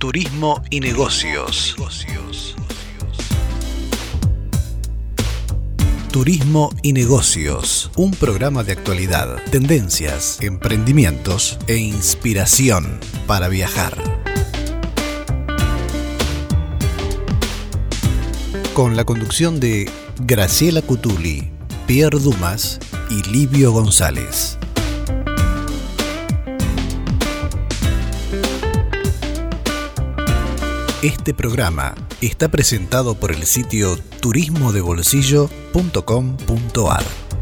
Turismo y negocios. Turismo y negocios, un programa de actualidad, tendencias, emprendimientos e inspiración para viajar. Con la conducción de Graciela Cutuli, Pierre Dumas y Livio González. Este programa está presentado por el sitio turismodebolsillo.com.ar.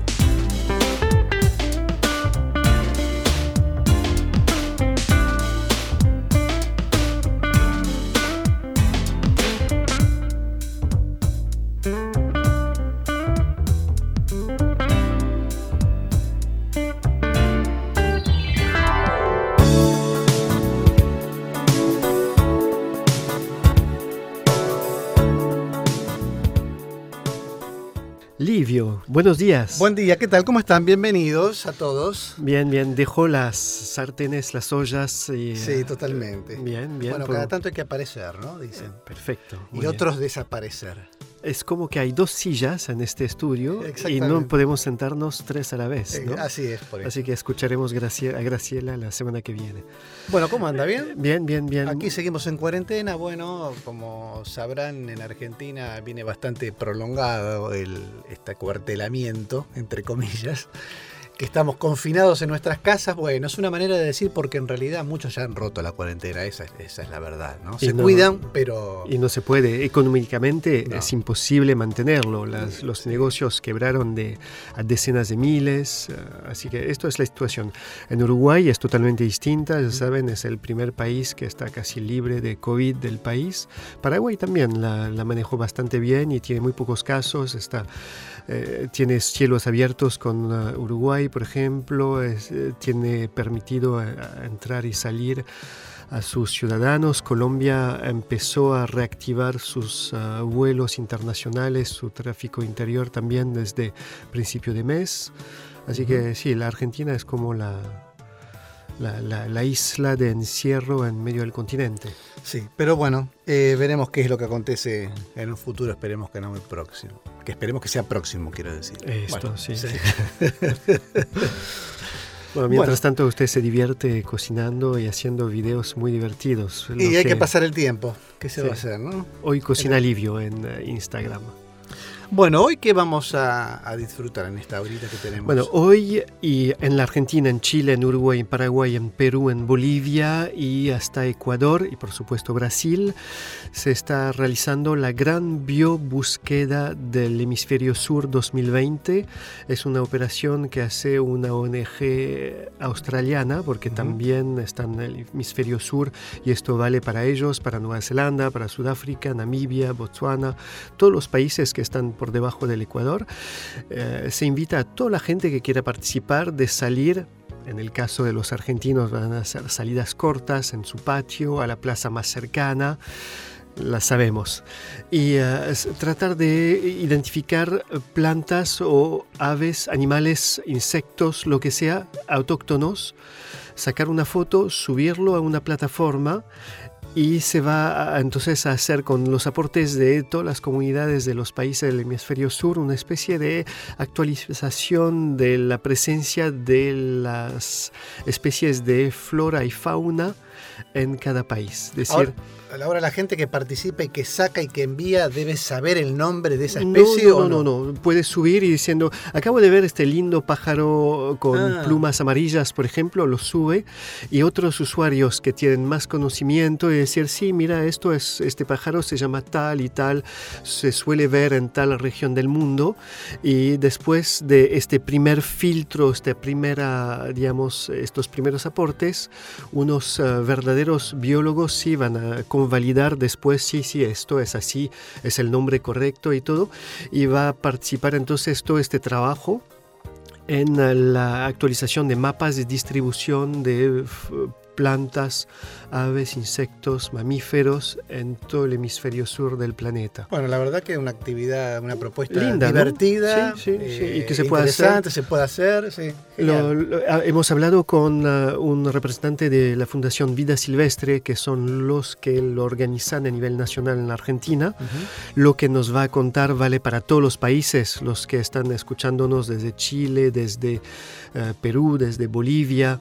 Livio, buenos días. Buen día, ¿qué tal? ¿Cómo están? Bienvenidos a todos. Bien, dejó las sartenes, las ollas. Y, sí, totalmente. Bien. Bueno, cada tanto hay que aparecer, ¿no? Dicen. Perfecto. Y otros desaparecer. Es como que hay dos sillas en este estudio y no podemos sentarnos tres a la vez, ¿no? Así es, por eso. Así que escucharemos a Graciela la semana que viene. Bueno, ¿cómo anda? ¿Bien? Bien. Aquí seguimos en cuarentena. Bueno, como sabrán, en Argentina viene bastante prolongado este acuartelamiento, entre comillas, que estamos confinados en nuestras casas. Bueno, es una manera de decir porque en realidad muchos ya han roto la cuarentena, esa es la verdad, ¿no? Se cuidan, pero... Y no se puede, económicamente no. Es imposible mantenerlo, los negocios quebraron a decenas de miles, así que esto es la situación. En Uruguay es totalmente distinta, ya saben, es el primer país que está casi libre de COVID del país. Paraguay también la manejó bastante bien y tiene muy pocos casos, tiene cielos abiertos con Uruguay, por ejemplo, tiene permitido entrar y salir a sus ciudadanos. Colombia empezó a reactivar sus vuelos internacionales, su tráfico interior también desde principio de mes. Así que sí, la Argentina es como la isla de encierro en medio del continente. Sí, pero bueno, veremos qué es lo que acontece en un futuro, esperemos que no muy próximo. Que esperemos que sea próximo, quiero decir. Esto, bueno, sí. Sí. Bueno, mientras tanto usted se divierte cocinando y haciendo videos muy divertidos. Y hay que pasar el tiempo, ¿qué se va a hacer, no? Hoy cocina Livio en Instagram. Bueno, ¿hoy qué vamos a disfrutar en esta horita que tenemos? Bueno, hoy y en la Argentina, en Chile, en Uruguay, en Paraguay, en Perú, en Bolivia y hasta Ecuador y por supuesto Brasil, se está realizando la gran biobúsqueda del Hemisferio Sur 2020. Es una operación que hace una ONG australiana porque también está en el Hemisferio Sur y esto vale para ellos, para Nueva Zelanda, para Sudáfrica, Namibia, Botsuana, todos los países que están por debajo del Ecuador. Se invita a toda la gente que quiera participar de salir. En el caso de los argentinos van a hacer salidas cortas en su patio, a la plaza más cercana, la sabemos, y tratar de identificar plantas o aves, animales, insectos, lo que sea, autóctonos, sacar una foto, subirlo a una plataforma. Y se va entonces a hacer con los aportes de todas las comunidades de los países del hemisferio sur una especie de actualización de la presencia de las especies de flora y fauna en cada país. Es decir, ahora la gente que participa y que saca y que envía debe saber el nombre de esa especie. No. Puedes subir y diciendo, acabo de ver este lindo pájaro con plumas amarillas, por ejemplo, lo sube, y otros usuarios que tienen más conocimiento y decir, sí, mira, este pájaro se llama tal y tal, se suele ver en tal región del mundo, y después de este primer filtro, estos primeros aportes, unos verdaderos biólogos sí van a convalidar después, sí, esto es así, es el nombre correcto y todo, y va a participar entonces todo este trabajo en la actualización de mapas de distribución de plantas, aves, insectos, mamíferos en todo el hemisferio sur del planeta. Bueno, la verdad que es una actividad, una propuesta linda, divertida, ¿no? Sí, y que se puede hacer. Sí, hemos hablado con un representante de la Fundación Vida Silvestre, que son los que lo organizan a nivel nacional en la Argentina. Lo que nos va a contar vale para todos los países, los que están escuchándonos desde Chile, desde Perú, desde Bolivia.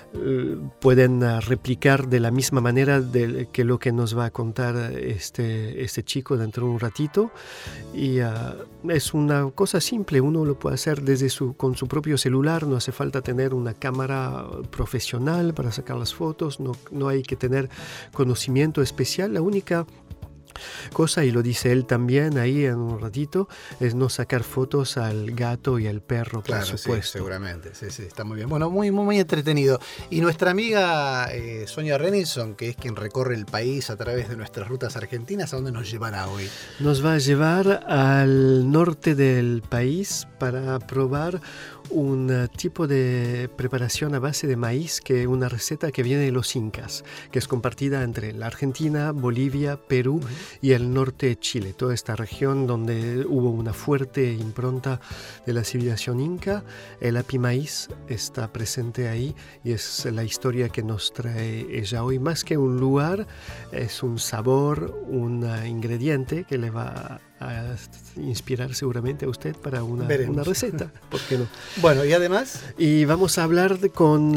Pueden replicar de la misma manera que lo que nos va a contar este chico dentro de un ratito, y es una cosa simple, uno lo puede hacer con su propio celular, no hace falta tener una cámara profesional para sacar las fotos, no hay que tener conocimiento especial. La única cosa, y lo dice él también ahí en un ratito, es no sacar fotos al gato y al perro, claro, por supuesto. Sí, seguramente, sí, está muy bien. Bueno, muy entretenido. Y nuestra amiga Sonia Renilson, que es quien recorre el país a través de nuestras rutas argentinas, ¿a dónde nos llevará hoy? Nos va a llevar al norte del país para probar un tipo de preparación a base de maíz, que es una receta que viene de los incas, que es compartida entre la Argentina, Bolivia, Perú y el norte de Chile, toda esta región donde hubo una fuerte impronta de la civilización inca. El api maíz está presente ahí y es la historia que nos trae ella hoy. Más que un lugar, es un sabor, un ingrediente que le va a inspirar seguramente a usted para una receta. ¿Por qué no? Bueno, y además... Y vamos a hablar con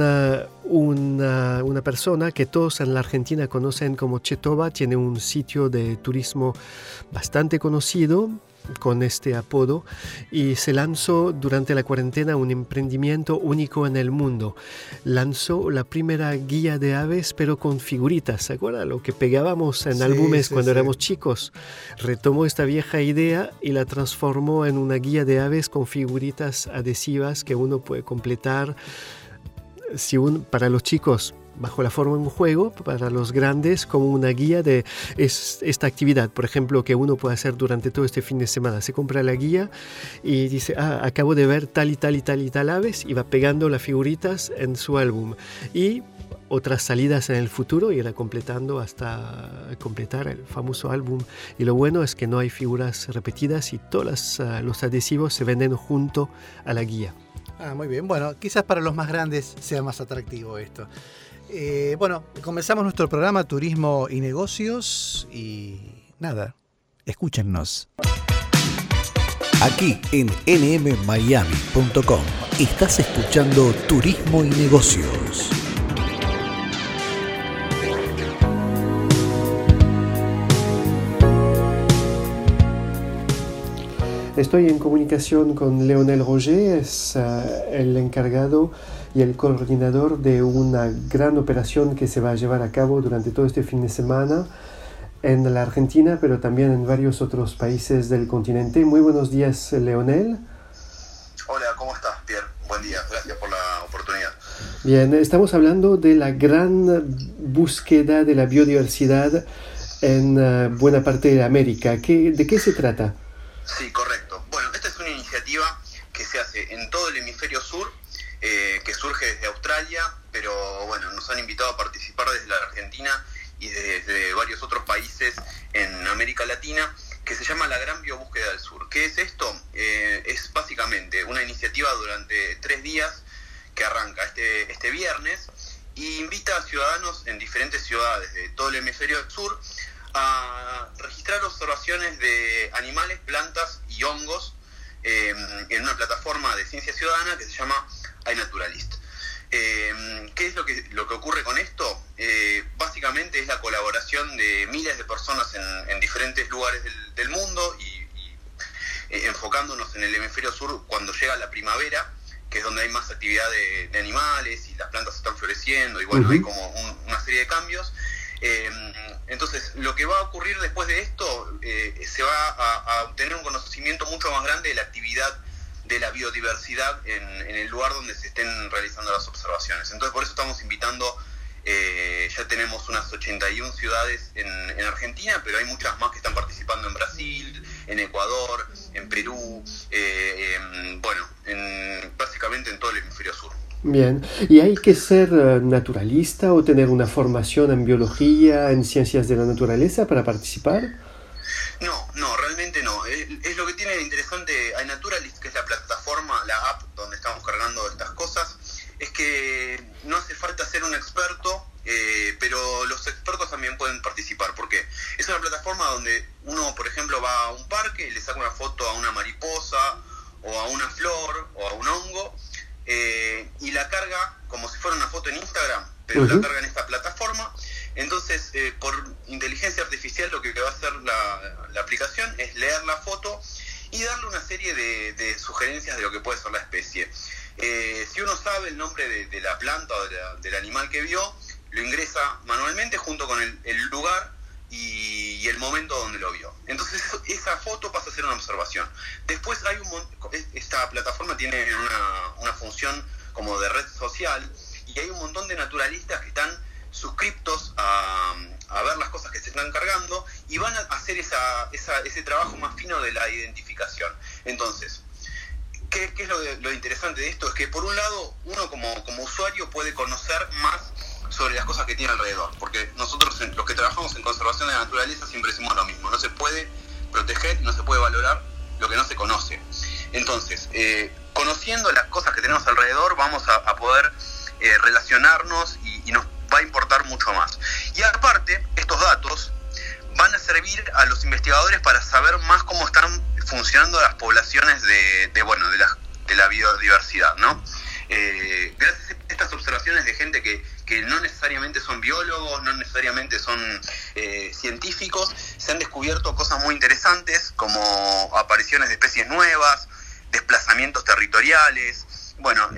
una persona que todos en la Argentina conocen como Chetova. Tiene un sitio de turismo bastante conocido con este apodo, y se lanzó durante la cuarentena un emprendimiento único en el mundo. Lanzó la primera guía de aves, pero con figuritas. ¿Se acuerda? Lo que pegábamos en álbumes cuando éramos chicos. Retomó esta vieja idea y la transformó en una guía de aves con figuritas adhesivas que uno puede completar. Para los chicos, bajo la forma de un juego, para los grandes como una guía de esta actividad, por ejemplo, que uno puede hacer durante todo este fin de semana. Se compra la guía y dice, acabo de ver tal y tal y tal y tal aves, y va pegando las figuritas en su álbum. Y otras salidas en el futuro irá completando hasta completar el famoso álbum. Y lo bueno es que no hay figuras repetidas y todos los adhesivos se venden junto a la guía. Muy bien. Bueno, quizás para los más grandes sea más atractivo esto. Bueno, comenzamos nuestro programa Turismo y Negocios y nada, escúchennos. Aquí en nmmiami.com estás escuchando Turismo y Negocios. Estoy en comunicación con Leonel Roger, es el encargado y el coordinador de una gran operación que se va a llevar a cabo durante todo este fin de semana en la Argentina, pero también en varios otros países del continente. Muy buenos días, Leonel. Hola, ¿cómo estás, Pierre? Buen día, gracias por la oportunidad. Bien, estamos hablando de la gran búsqueda de la biodiversidad en buena parte de América. ¿De qué se trata? Sí, correcto. Bueno, esta es una iniciativa que se hace en todo el hemisferio sur, que surge desde Australia, pero bueno, nos han invitado a participar desde la Argentina y desde varios otros países en América Latina, que se llama la Gran Biobúsqueda del Sur. ¿Qué es esto? Es básicamente una iniciativa durante 3 días que arranca este viernes y invita a ciudadanos en diferentes ciudades de todo el hemisferio sur a registrar observaciones de animales, plantas y hongos en una plataforma de ciencia ciudadana que se llama iNaturalist. ¿Qué es lo que ocurre con esto? Básicamente es la colaboración de miles de personas en diferentes lugares del mundo y enfocándonos en el hemisferio sur cuando llega la primavera, que es donde hay más actividad de animales y las plantas están floreciendo y bueno, hay como una serie de cambios. Entonces, lo que va a ocurrir después de esto, se va a obtener un conocimiento mucho más grande de la actividad de la biodiversidad en el lugar donde se estén realizando las observaciones. Entonces, por eso estamos invitando, ya tenemos unas 81 ciudades en Argentina, pero hay muchas más que están participando en Brasil, en Ecuador, en Perú, básicamente en todo el hemisferio sur. Bien, ¿y hay que ser naturalista o tener una formación en biología, en ciencias de la naturaleza para participar? No, realmente no. Es lo que tiene de interesante iNaturalist, que es la plataforma, la app donde estamos cargando estas cosas, es que no hace falta ser un experto, pero los expertos también pueden participar, porque es una plataforma donde uno, por ejemplo, va a un parque y le saca una foto a una mariposa, o a una flor, o a un hongo, y la carga como si fuera una foto en Instagram, pero la carga en esta plataforma. Entonces, por inteligencia artificial, lo que va a hacer la aplicación es leer la foto y darle una serie de sugerencias de lo que puede ser la especie. Si uno sabe el nombre de la planta o del animal que vio, lo ingresa manualmente junto con el lugar y el momento donde lo vio. Entonces esa foto pasa a ser una observación. Después hay esta plataforma tiene una función como de red social, y hay un montón de naturalistas que están suscriptos a ver las cosas que se están cargando y van a hacer ese trabajo más fino de la identificación. Entonces, ¿qué es lo interesante de esto? Es que por un lado uno como usuario puede conocer más sobre las cosas que tiene alrededor, porque nosotros los que trabajamos en conservación de la naturaleza siempre decimos lo mismo: no se puede proteger y no se puede valorar lo que no se conoce. Entonces, conociendo las cosas que tenemos alrededor, vamos a poder relacionarnos y nos va a importar mucho más. Y aparte, estos datos van a servir a los investigadores para saber más cómo están funcionando las poblaciones de la biodiversidad, ¿no? Gracias a estas observaciones de gente que no necesariamente son biólogos, no necesariamente son científicos, se han descubierto cosas muy interesantes, como apariciones de especies nuevas, desplazamientos territoriales. Bueno,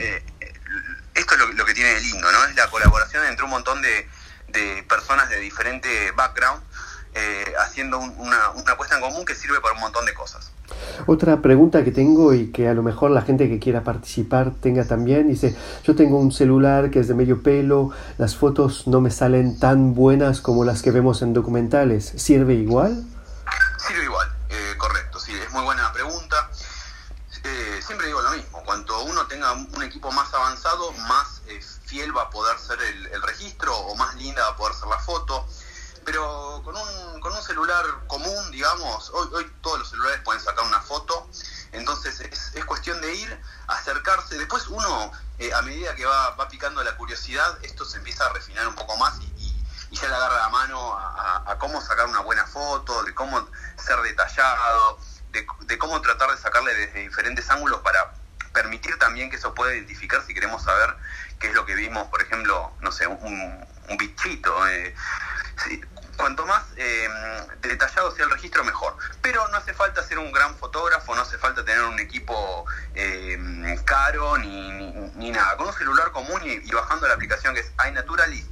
esto es lo que tiene de lindo, ¿no? Es la colaboración entre un montón de personas de diferente background, haciendo una puesta en común que sirve para un montón de cosas. Otra pregunta que tengo, y que a lo mejor la gente que quiera participar tenga también, dice: yo tengo un celular que es de medio pelo, las fotos no me salen tan buenas como las que vemos en documentales, ¿sirve igual? Sirve igual, correcto, sí, es muy buena pregunta. Siempre digo lo mismo: cuanto uno tenga un equipo más avanzado, más fiel va a poder ser el registro, o más linda va a poder ser la foto. Pero con un celular común, digamos, hoy todos los celulares pueden sacar una foto, entonces es cuestión de ir, acercarse. Después uno, a medida que va picando la curiosidad, esto se empieza a refinar un poco más y ya le agarra la mano a cómo sacar una buena foto, de cómo ser detallado, de cómo tratar de sacarle desde diferentes ángulos para permitir también que eso pueda identificar si queremos saber qué es lo que vimos, por ejemplo, no sé, un bichito. Sí, cuanto más detallado sea el registro, mejor. Pero no hace falta ser un gran fotógrafo, no hace falta tener un equipo caro ni nada. Con un celular común y bajando la aplicación que es iNaturalist,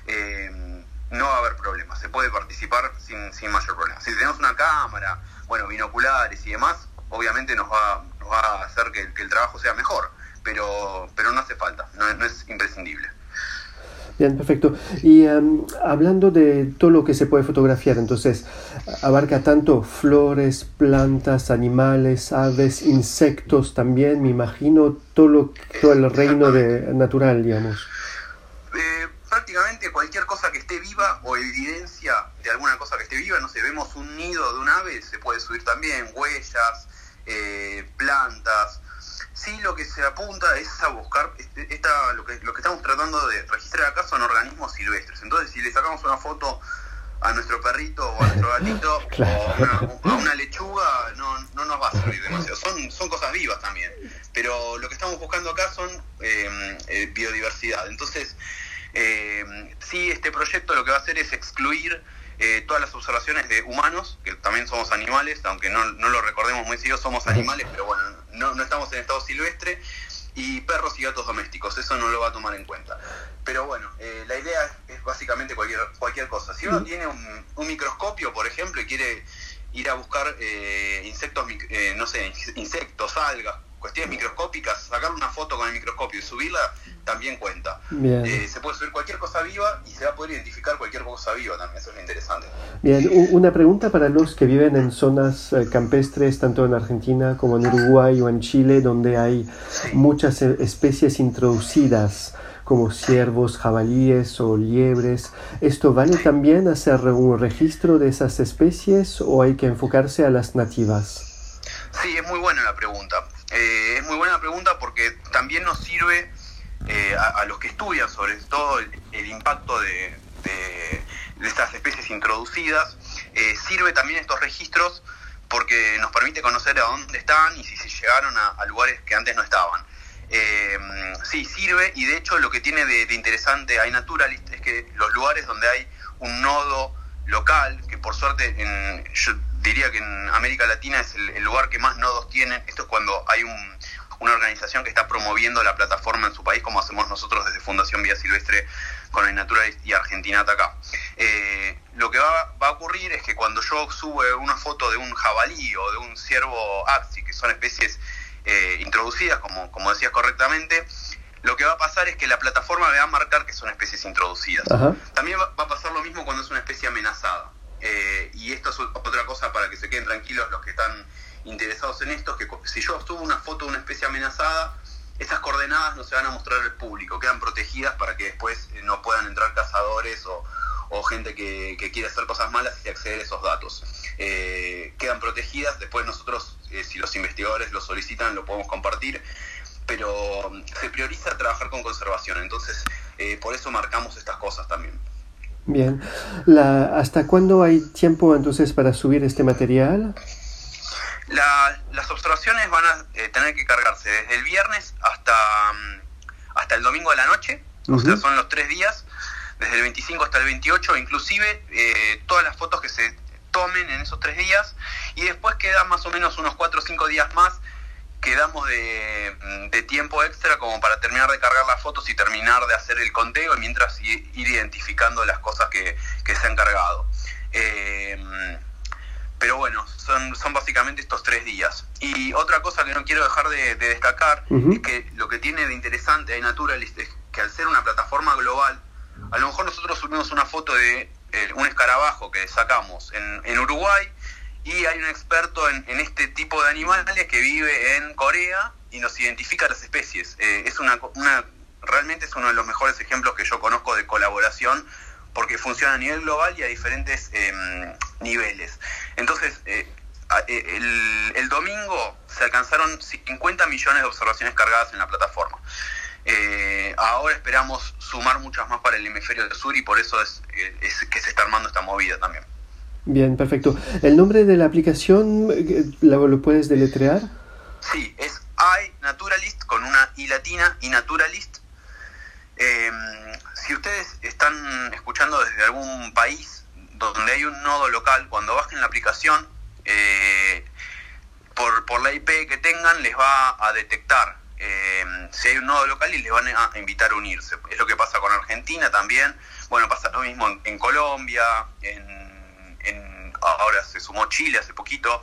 no va a haber problemas. Se puede participar sin mayor problema. Si tenemos una cámara, binoculares y demás, obviamente nos va a hacer que el trabajo sea mejor, pero no hace falta, no es imprescindible. Bien, perfecto. Y hablando de todo lo que se puede fotografiar, entonces, abarca tanto flores, plantas, animales, aves, insectos también, me imagino, todo el reino natural, digamos. Prácticamente cualquier cosa que esté viva o evidencia de alguna cosa que esté viva, no sé, vemos un nido de un ave, se puede subir también, huellas, plantas. Sí, lo que se apunta es a buscar, lo que estamos tratando de registrar acá son organismos silvestres. Entonces, si le sacamos una foto a nuestro perrito o a nuestro gatito, claro, o a una lechuga, no nos va a servir demasiado. Son cosas vivas también, pero lo que estamos buscando acá son biodiversidad. Entonces, sí, este proyecto lo que va a hacer es excluir todas las observaciones de humanos, que también somos animales, aunque no lo recordemos muy seguido, somos animales, pero bueno, no estamos en estado silvestre, y perros y gatos domésticos, eso no lo va a tomar en cuenta. Pero bueno, la idea es básicamente cualquier cosa. Si uno tiene un microscopio, por ejemplo, y quiere ir a buscar insectos, algas, cuestiones microscópicas, sacar una foto con el microscopio y subirla también cuenta. Se puede subir cualquier cosa viva y se va a poder identificar cualquier cosa viva también, eso es lo interesante. Bien, una pregunta para los que viven en zonas campestres, tanto en Argentina como en Uruguay o en Chile, donde hay muchas especies introducidas, como ciervos, jabalíes o liebres. ¿Esto vale también hacer un registro de esas especies o hay que enfocarse a las nativas? Sí, es muy buena la pregunta. Es muy buena la pregunta porque también nos sirve a los que estudian sobre todo el impacto de estas especies introducidas. Sirve también estos registros porque nos permite conocer a dónde están y si se llegaron a lugares que antes no estaban. Sí, sirve, y de hecho lo que tiene de interesante iNaturalist es que los lugares donde hay un nodo local, que por suerte yo diría que en América Latina es el lugar que más nodos tienen, esto es cuando hay una organización que está promoviendo la plataforma en su país, como hacemos nosotros desde Fundación Vida Silvestre con iNaturalist y Argentinat acá. Lo que va a ocurrir es que cuando yo subo una foto de un jabalí o de un ciervo axi, que son especies introducidas, como decías correctamente, lo que va a pasar es que la plataforma me va a marcar que son especies introducidas. Ajá. También va a pasar lo mismo cuando es una especie amenazada. Y esto es otra cosa para que se queden tranquilos los que están interesados en esto, que si yo subo una foto de una especie amenazada, esas coordenadas no se van a mostrar al público, quedan protegidas para que después no puedan entrar cazadores o gente que quiere hacer cosas malas y acceder a esos datos. Quedan protegidas, después nosotros, si los investigadores lo solicitan, lo podemos compartir, pero se prioriza trabajar con conservación, entonces por eso marcamos estas cosas también. Bien, ¿hasta cuándo hay tiempo entonces para subir este material? Las observaciones van a tener que cargarse desde el viernes hasta el domingo a la noche, o sea, son los 3 días, desde el 25 hasta el 28, inclusive todas las fotos que se tomen en esos 3 días, y después quedan más o menos unos 4 o 5 días más que damos de tiempo extra como para terminar de cargar las fotos y terminar de hacer el conteo, y mientras ir identificando las cosas que se han cargado. Pero bueno, son básicamente estos 3 días. Y otra cosa que no quiero dejar de destacar es que lo que tiene de interesante iNaturalist es que al ser una plataforma global, a lo mejor nosotros subimos una foto de un escarabajo que sacamos en Uruguay, y hay un experto en este tipo de animales que vive en Corea y nos identifica las especies. Realmente es uno de los mejores ejemplos que yo conozco de colaboración, porque funciona a nivel global y a diferentes niveles. Entonces, el domingo se alcanzaron 50 millones de observaciones cargadas en la plataforma. Ahora esperamos sumar muchas más para el hemisferio del sur, y por eso es que se está armando esta movida también. Bien, perfecto. ¿El nombre de la aplicación lo puedes deletrear? Sí, es iNaturalist con una I latina, iNaturalist. Si ustedes están escuchando desde algún país donde hay un nodo local, cuando bajen la aplicación, por la IP que tengan, les va a detectar si hay un nodo local y les van a invitar a unirse. Es lo que pasa con Argentina también. Bueno, pasa lo mismo en Colombia, ahora se sumó Chile hace poquito.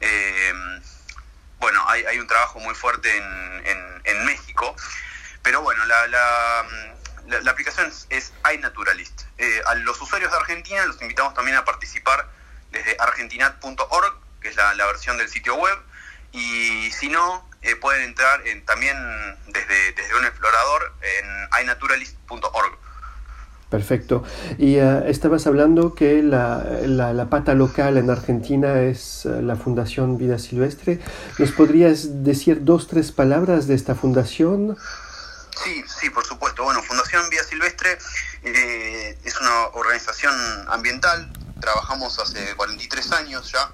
Bueno, hay un trabajo muy fuerte en México. Pero bueno, la aplicación es iNaturalist. A los usuarios de Argentina los invitamos también a participar desde argentinat.org, que es la versión del sitio web, y si no, pueden entrar también desde un explorador en iNaturalist.org. Perfecto. Y estabas hablando que la pata local en Argentina es la Fundación Vida Silvestre. ¿Nos podrías decir 2 o 3 palabras de esta fundación? Sí, por supuesto. Bueno, Fundación Vida Silvestre es una organización ambiental. Trabajamos hace 43 años ya.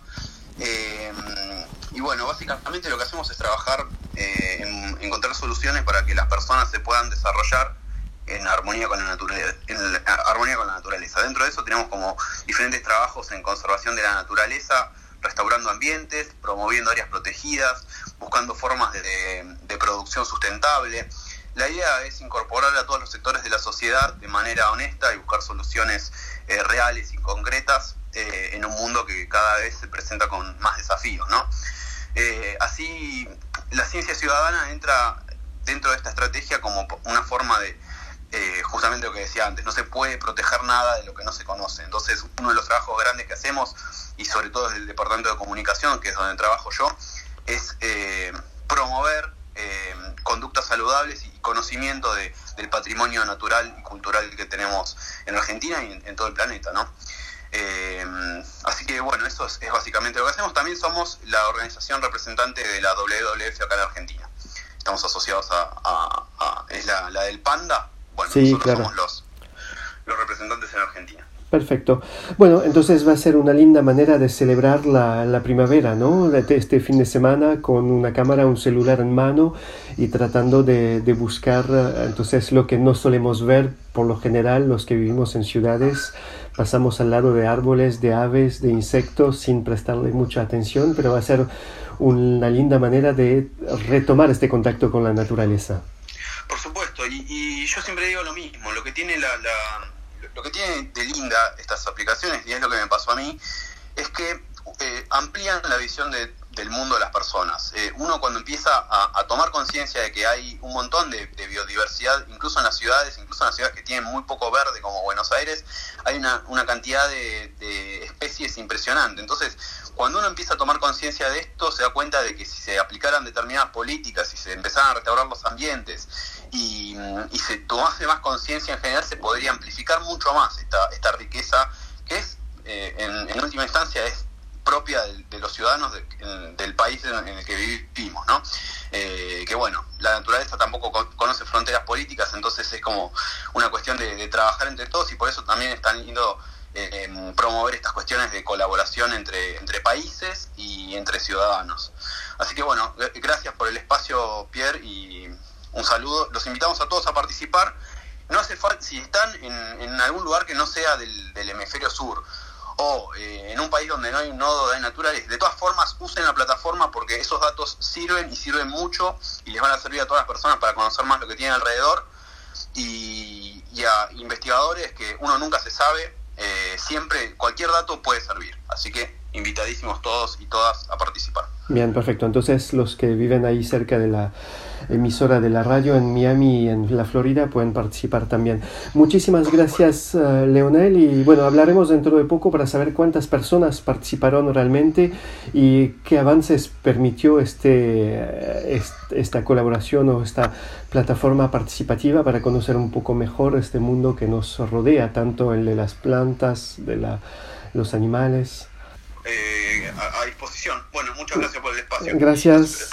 Y bueno, básicamente lo que hacemos es trabajar en encontrar soluciones para que las personas se puedan desarrollar en armonía con la naturaleza. Dentro de eso tenemos como diferentes trabajos en conservación de la naturaleza, restaurando ambientes, promoviendo áreas protegidas, buscando formas de producción sustentable. La idea es incorporar a todos los sectores de la sociedad de manera honesta y buscar soluciones reales y concretas en un mundo que cada vez se presenta con más desafíos, ¿no? Así, la ciencia ciudadana entra dentro de esta estrategia como una forma de, justamente lo que decía antes, no se puede proteger nada de lo que no se conoce. Entonces, uno de los trabajos grandes que hacemos, y sobre todo desde el Departamento de Comunicación, que es donde trabajo yo, es promover conductas saludables y conocimiento del patrimonio natural y cultural que tenemos en Argentina y en todo el planeta, ¿no? Así que bueno, eso es básicamente lo que hacemos. También somos la organización representante de la WWF acá en Argentina. Estamos asociados es la del Panda. Bueno, sí, nosotros claro. somos los representantes en Argentina. Perfecto. Bueno, entonces va a ser una linda manera de celebrar la primavera, ¿no? Este fin de semana con una cámara, un celular en mano y tratando de buscar entonces lo que no solemos ver por lo general los que vivimos en ciudades. Pasamos al lado de árboles, de aves, de insectos sin prestarle mucha atención, pero va a ser una linda manera de retomar este contacto con la naturaleza. Por supuesto, y yo siempre digo lo mismo, lo que tiene lo que tiene de linda estas aplicaciones, y es lo que me pasó a mí, es que amplían la visión del mundo de las personas. Uno cuando empieza a tomar conciencia de que hay un montón de biodiversidad, incluso en las ciudades que tienen muy poco verde, como Buenos Aires, hay una cantidad de especies impresionante. Entonces, cuando uno empieza a tomar conciencia de esto, se da cuenta de que si se aplicaran determinadas políticas, si se empezaran a restaurar los ambientes y se tomase más conciencia en general, se podría amplificar mucho más esta riqueza que es, en última instancia, es propia de los ciudadanos del país en el que vivimos, ¿no? Que bueno, la naturaleza tampoco conoce fronteras políticas, entonces es como una cuestión de trabajar entre todos, y por eso también es tan lindo promover estas cuestiones de colaboración entre países y entre ciudadanos. Así que bueno, gracias por el espacio, Pierre, y un saludo. Los invitamos a todos a participar. No hace falta, si están en algún lugar que no sea del hemisferio sur, o en un país donde no hay un nodo de naturales, de todas formas usen la plataforma, porque esos datos sirven y sirven mucho y les van a servir a todas las personas para conocer más lo que tienen alrededor, y a investigadores que uno nunca se sabe, siempre cualquier dato puede servir, así que invitadísimos todos y todas a participar. Bien, perfecto. Entonces los que viven ahí cerca de la emisora de la radio en Miami y en la Florida pueden participar también. Muchísimas gracias, Leonel, y bueno, hablaremos dentro de poco para saber cuántas personas participaron realmente y qué avances permitió esta colaboración o esta plataforma participativa para conocer un poco mejor este mundo que nos rodea, tanto el de las plantas, los animales. A disposición. Bueno, muchas gracias por el espacio. Gracias.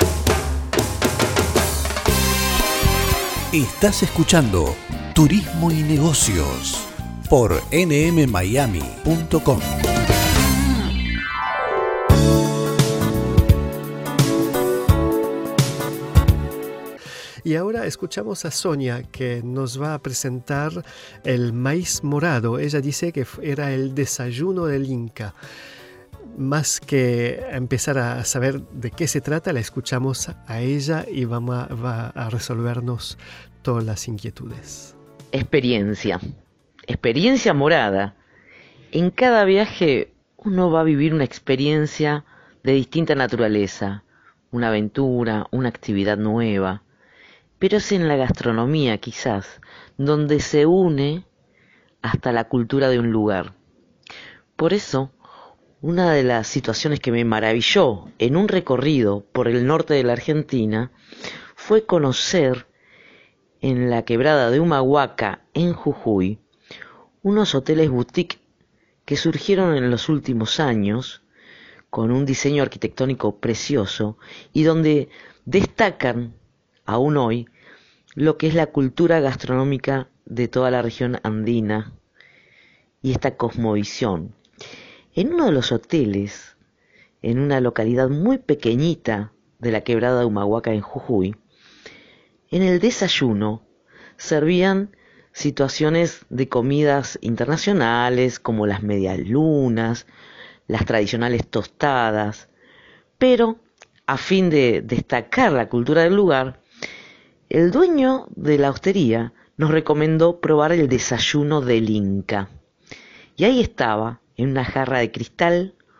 Estás escuchando Turismo y Negocios por nmmiami.com. Y ahora escuchamos a Sonia, que nos va a presentar el maíz morado. Ella dice que era el desayuno del Inca. Más que empezar a saber de qué se trata, la escuchamos a ella y va a resolvernos todas las inquietudes. Experiencia morada. En cada viaje uno va a vivir una experiencia de distinta naturaleza, una aventura, una actividad nueva. Pero es en la gastronomía, quizás, donde se une hasta la cultura de un lugar. Por eso, una de las situaciones que me maravilló en un recorrido por el norte de la Argentina fue conocer en la quebrada de Humahuaca, en Jujuy, unos hoteles boutique que surgieron en los últimos años con un diseño arquitectónico precioso y donde destacan aún hoy lo que es la cultura gastronómica de toda la región andina y esta cosmovisión. En uno de los hoteles, en una localidad muy pequeñita de la quebrada de Humahuaca en Jujuy, en el desayuno servían situaciones de comidas internacionales como las medialunas, las tradicionales tostadas, pero a fin de destacar la cultura del lugar, el dueño de la hostería nos recomendó probar el desayuno del Inca. Y ahí estaba, en una jarra de cristal,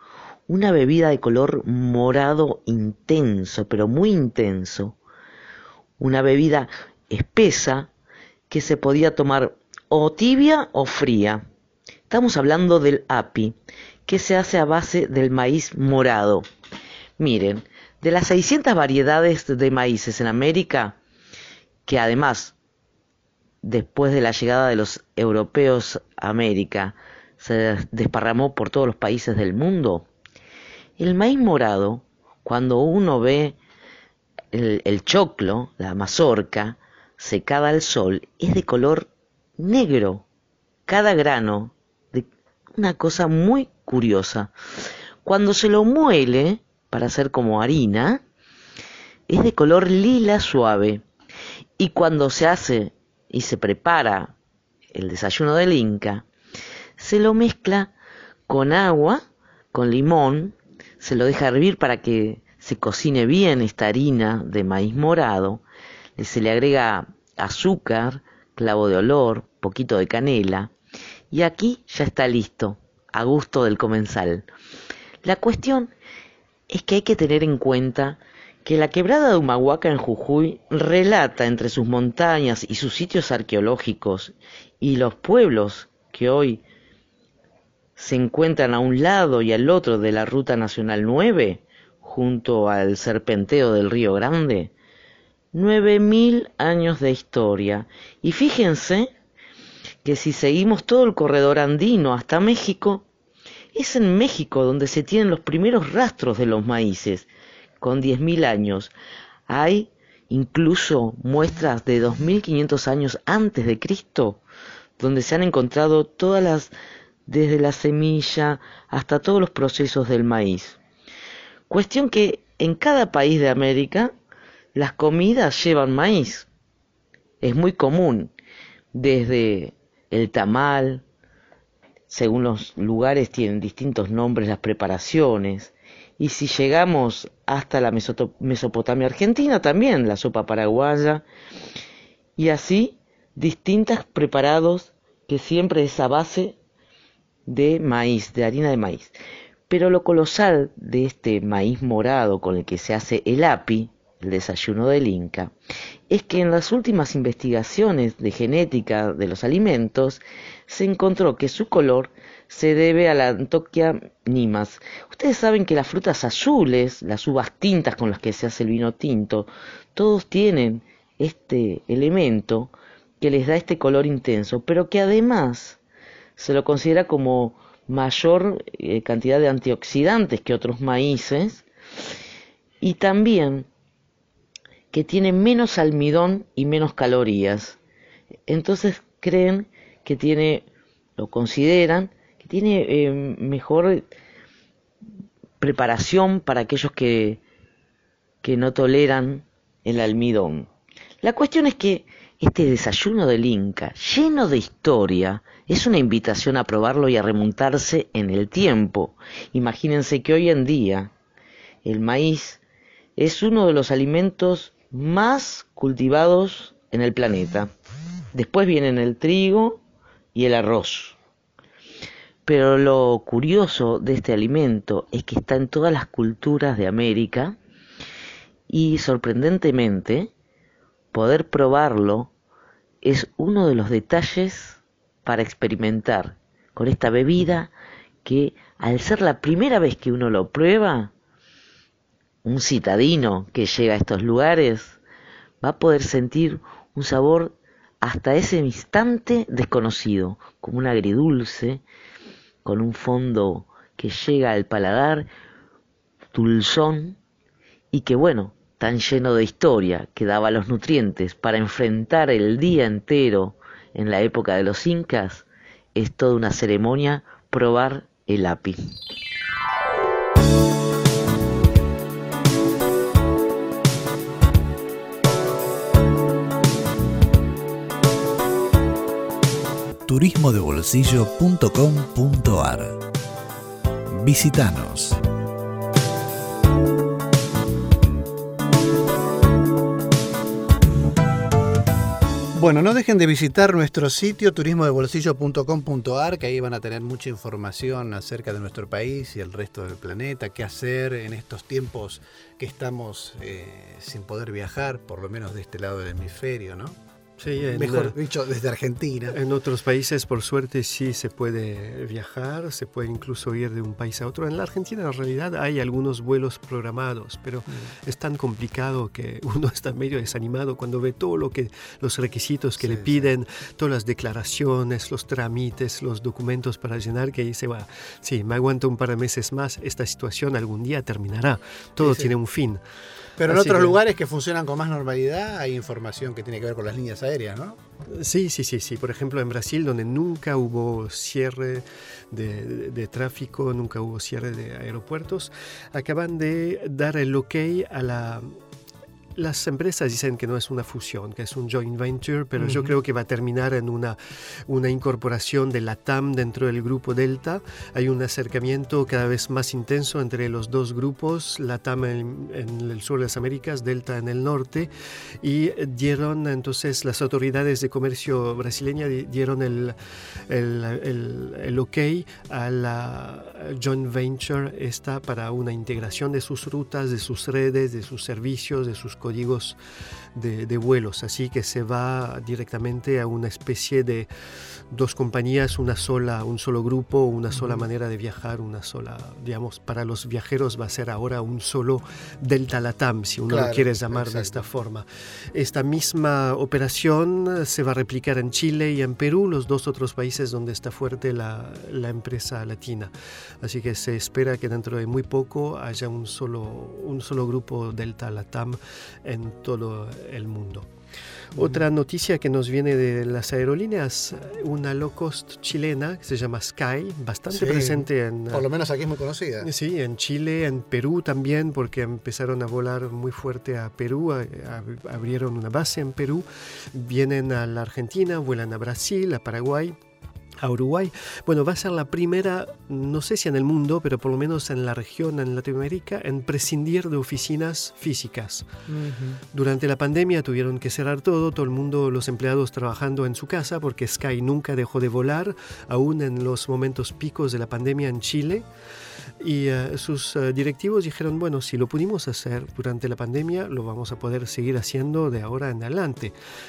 una bebida de color morado intenso, pero muy intenso. Una bebida espesa que se podía tomar o tibia o fría. Estamos hablando del api, que se hace a base del maíz morado. Miren, de las 600 variedades de maíces en América, que además, después de la llegada de los europeos a América, se desparramó por todos los países del mundo, el maíz morado, cuando uno ve el choclo, la mazorca, secada al sol, es de color negro, cada grano, de una cosa muy curiosa. Cuando se lo muele para hacer como harina, es de color lila suave, y cuando se hace y se prepara el desayuno del Inca, se lo mezcla con agua, con limón, se lo deja hervir para que se cocine bien esta harina de maíz morado, se le agrega azúcar, clavo de olor, poquito de canela, y aquí ya está listo, a gusto del comensal. La cuestión es que hay que tener en cuenta que la quebrada de Humahuaca en Jujuy relata entre sus montañas y sus sitios arqueológicos y los pueblos que hoy se encuentran a un lado y al otro de la Ruta Nacional 9, junto al serpenteo del Río Grande, 9.000 años de historia. Y fíjense que si seguimos todo el corredor andino hasta México, es en México donde se tienen los primeros rastros de los maíces, con 10.000 años. Hay incluso muestras de 2.500 años antes de Cristo, donde se han encontrado desde la semilla hasta todos los procesos del maíz. Cuestión que en cada país de América las comidas llevan maíz. Es muy común, desde el tamal, según los lugares tienen distintos nombres las preparaciones, y si llegamos hasta la Mesopotamia argentina, también la sopa paraguaya, y así distintos preparados que siempre es a base de maíz, de harina de maíz. Pero lo colosal de este maíz morado con el que se hace el api, el desayuno del Inca, es que en las últimas investigaciones de genética de los alimentos se encontró que su color se debe a la Anthoquia nimas. Ustedes saben que las frutas azules, las uvas tintas con las que se hace el vino tinto, todos tienen este elemento que les da este color intenso, pero que además se lo considera como mayor cantidad de antioxidantes que otros maíces, y también que tiene menos almidón y menos calorías. Entonces consideran que tiene mejor preparación para aquellos que no toleran el almidón. La cuestión es que este desayuno del Inca, lleno de historia, es una invitación a probarlo y a remontarse en el tiempo. Imagínense que hoy en día el maíz es uno de los alimentos más cultivados en el planeta. Después vienen el trigo y el arroz. Pero lo curioso de este alimento es que está en todas las culturas de América y sorprendentemente poder probarlo es uno de los detalles para experimentar con esta bebida que, al ser la primera vez que uno lo prueba, un citadino que llega a estos lugares va a poder sentir un sabor hasta ese instante desconocido, como un agridulce, con un fondo que llega al paladar, dulzón, y que tan lleno de historia, que daba los nutrientes para enfrentar el día entero en la época de los incas. Es toda una ceremonia probar el api. turismodebolsillo.com.ar. Visítanos. Bueno, no dejen de visitar nuestro sitio turismodebolsillo.com.ar, que ahí van a tener mucha información acerca de nuestro país y el resto del planeta, qué hacer en estos tiempos que estamos sin poder viajar, por lo menos de este lado del hemisferio, ¿no? Sí, mejor dicho, desde Argentina. En otros países, por suerte, sí se puede viajar, se puede incluso ir de un país a otro. En la Argentina, en realidad, hay algunos vuelos programados, pero es tan complicado que uno está medio desanimado cuando ve todo los requisitos que le piden, todas las declaraciones, los trámites, los documentos para llenar, que dice, bueno, sí, me aguanto un par de meses más, esta situación algún día terminará, todo tiene un fin. Pero en otros lugares que funcionan con más normalidad hay información que tiene que ver con las líneas aéreas, ¿no? Sí. Por ejemplo, en Brasil, donde nunca hubo cierre de tráfico, nunca hubo cierre de aeropuertos, acaban de dar el ok a las empresas dicen que no es una fusión, que es un joint venture, pero yo creo que va a terminar en una incorporación de LATAM dentro del grupo Delta. Hay un acercamiento cada vez más intenso entre los dos grupos, LATAM en el sur de las Américas, Delta en el norte, y dieron entonces las autoridades de comercio brasileña dieron el ok a la joint venture esta para una integración de sus rutas, de sus redes, de sus servicios, de sus códigos de vuelos, así que se va directamente a una especie de dos compañías, un solo grupo, una sola manera de viajar, una sola, digamos, para los viajeros va a ser ahora un solo Delta LATAM, si uno lo quiere llamar de esta forma. Esta misma operación se va a replicar en Chile y en Perú, los dos otros países donde está fuerte la empresa latina. Así que se espera que dentro de muy poco haya un solo grupo Delta LATAM en todo el mundo. Otra noticia que nos viene de las aerolíneas, una low cost chilena que se llama Sky, bastante presente por lo menos aquí es muy conocida. Sí, en Chile, en Perú también, porque empezaron a volar muy fuerte a Perú, abrieron una base en Perú, vienen a la Argentina, vuelan a Brasil, a Paraguay, a Uruguay. Bueno, va a ser la primera, no sé si en el mundo, pero por lo menos en la región, en Latinoamérica, en prescindir de oficinas físicas. Durante la pandemia tuvieron que cerrar todo el mundo, los empleados trabajando en su casa, porque Sky nunca dejó de volar, aún en los momentos picos de la pandemia en Chile. Y sus directivos dijeron, bueno, si lo pudimos hacer durante la pandemia, lo vamos a poder seguir haciendo de ahora en adelante.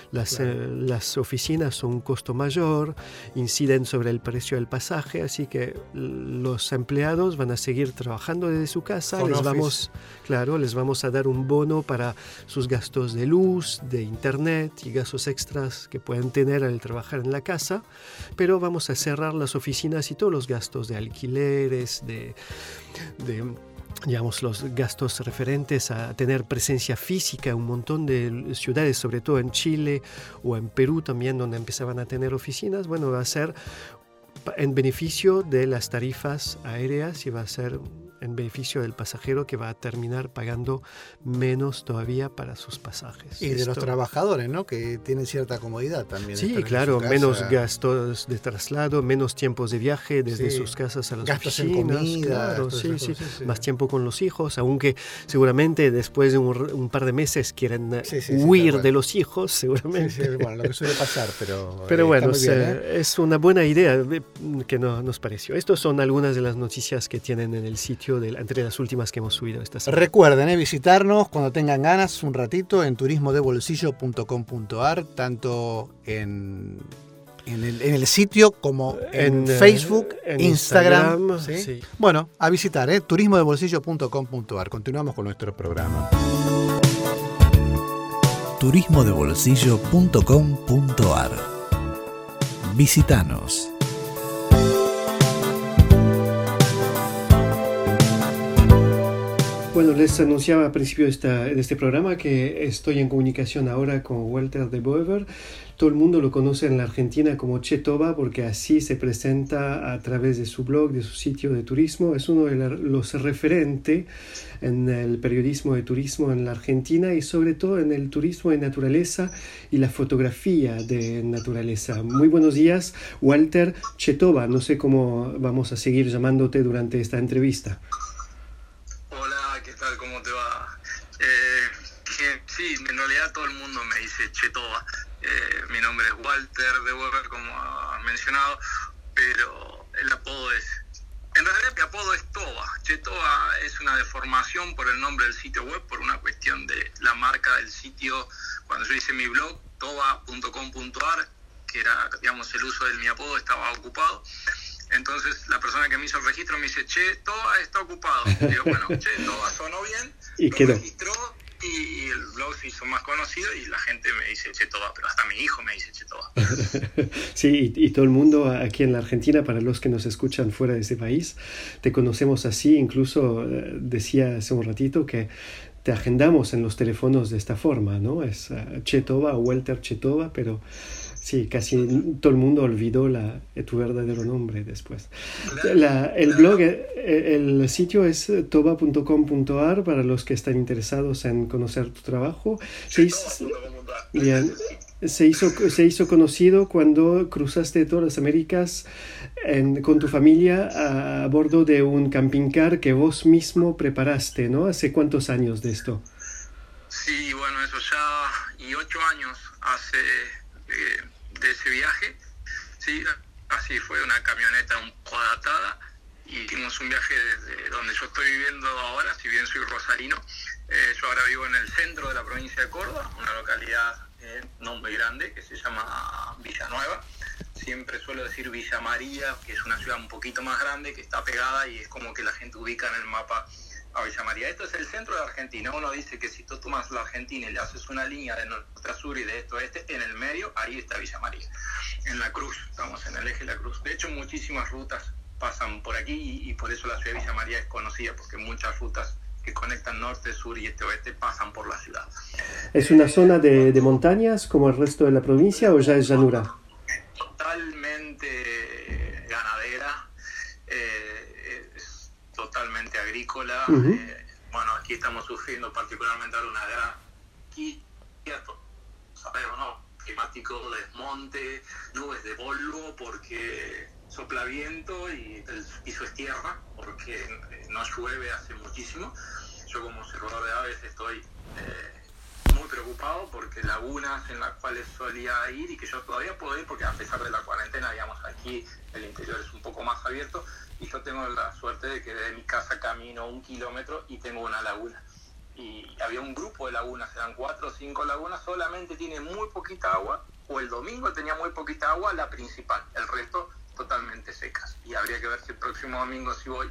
Las oficinas son un costo mayor, inciden sobre el precio del pasaje, así que los empleados van a seguir trabajando desde su casa. Les vamos a dar un bono para sus gastos de luz, de internet y gastos extras que pueden tener al trabajar en la casa, pero vamos a cerrar las oficinas y todos los gastos de alquileres, digamos, los gastos referentes a tener presencia física en un montón de ciudades, sobre todo en Chile o en Perú también, donde empezaban a tener oficinas. Bueno, va a ser en beneficio de las tarifas aéreas y va a ser en beneficio del pasajero, que va a terminar pagando menos todavía para sus pasajes. Y de los trabajadores, ¿no? Que tienen cierta comodidad también. Sí, claro, menos gastos de traslado, menos tiempos de viaje desde sus casas a las gastos oficinas. En comida, claro, más tiempo con los hijos, aunque seguramente después de un par de meses quieren huir de los hijos, seguramente. Bueno, lo que suele pasar, pero bueno, bien, es una buena idea que nos pareció. Estas son algunas de las noticias que tienen en el sitio entre las últimas que hemos subido esta semana. Recuerden visitarnos cuando tengan ganas un ratito en turismodebolsillo.com.ar, tanto en el sitio como en Facebook, en Instagram. ¿Sí? Bueno, a visitar, turismodebolsillo.com.ar. Continuamos con nuestro programa. turismodebolsillo.com.ar. Visítanos. Bueno, les anunciaba al principio de este programa que estoy en comunicación ahora con Walter de Boever. Todo el mundo lo conoce en la Argentina como Che Toba, porque así se presenta a través de su blog, de su sitio de turismo. Es uno de los referentes en el periodismo de turismo en la Argentina y sobre todo en el turismo de naturaleza y la fotografía de naturaleza. Muy buenos días, Walter Che Toba. No sé cómo vamos a seguir llamándote durante esta entrevista. ¿Cómo te va? Sí, en realidad todo el mundo me dice Che Toba. Mi nombre es Walter de Weber, como han mencionado, pero el apodo es... En realidad mi apodo es Toba. Toba es una deformación por el nombre del sitio web, por una cuestión de la marca del sitio. Cuando yo hice mi blog, toba.com.ar, que era, digamos, el uso de mi apodo, estaba ocupado. Entonces la persona que me hizo el registro me dice, Toba está ocupado. Y digo, bueno, Toba sonó bien, y lo quedó. registró y el blog se hizo más conocido y la gente me dice Toba, pero hasta mi hijo me dice Toba. Sí, y todo el mundo aquí en la Argentina, para los que nos escuchan fuera de ese país, te conocemos así. Incluso decía hace un ratito que te agendamos en los teléfonos de esta forma, ¿no? Es Toba o Walter Toba, pero sí, casi todo el mundo olvidó tu verdadero nombre después. El blog, el sitio es toba.com.ar para los que están interesados en conocer tu trabajo. Se hizo conocido cuando cruzaste todas las Américas con tu familia a bordo de un camping car que vos mismo preparaste, ¿no? ¿Hace cuántos años de esto? Sí, bueno, eso ya, y 8 años hace de ese viaje. Sí, así fue, una camioneta un poco adaptada, y hicimos un viaje desde donde yo estoy viviendo ahora, si bien soy rosarino. Yo ahora vivo en el centro de la provincia de Córdoba, una localidad no muy grande que se llama Villanueva. Siempre suelo decir Villa María, que es una ciudad un poquito más grande, que está pegada y es como que la gente ubica en el mapa a Villa María. Esto es el centro de Argentina. Uno dice que si tú tomas la Argentina y le haces una línea de norte a sur y de este a oeste, en el medio, ahí está Villa María. En la cruz, estamos en el eje de la cruz. De hecho, muchísimas rutas pasan por aquí y por eso la ciudad de Villa María es conocida, porque muchas rutas que conectan norte, sur y este-oeste pasan por la ciudad. ¿Es una zona de montañas como el resto de la provincia o ya es llanura? Totalmente ganadera, es totalmente agrícola. Uh-huh. Bueno, aquí estamos sufriendo particularmente ahora una gran sequía, sabemos, ¿no? Climático, desmonte, nubes de polvo porque sopla viento y el piso es tierra porque no llueve hace muchísimo. Yo como observador de aves estoy muy preocupado porque lagunas en las cuales solía ir y que yo todavía puedo ir porque a pesar de la cuarentena, digamos, aquí el interior es un poco más abierto y yo tengo la suerte de que de mi casa camino 1 kilómetro y tengo una laguna. Y había un grupo de lagunas, eran 4 o 5 lagunas, solamente tiene muy poquita agua, o el domingo tenía muy poquita agua, la principal, el resto totalmente secas. Y habría que ver si el próximo domingo si voy,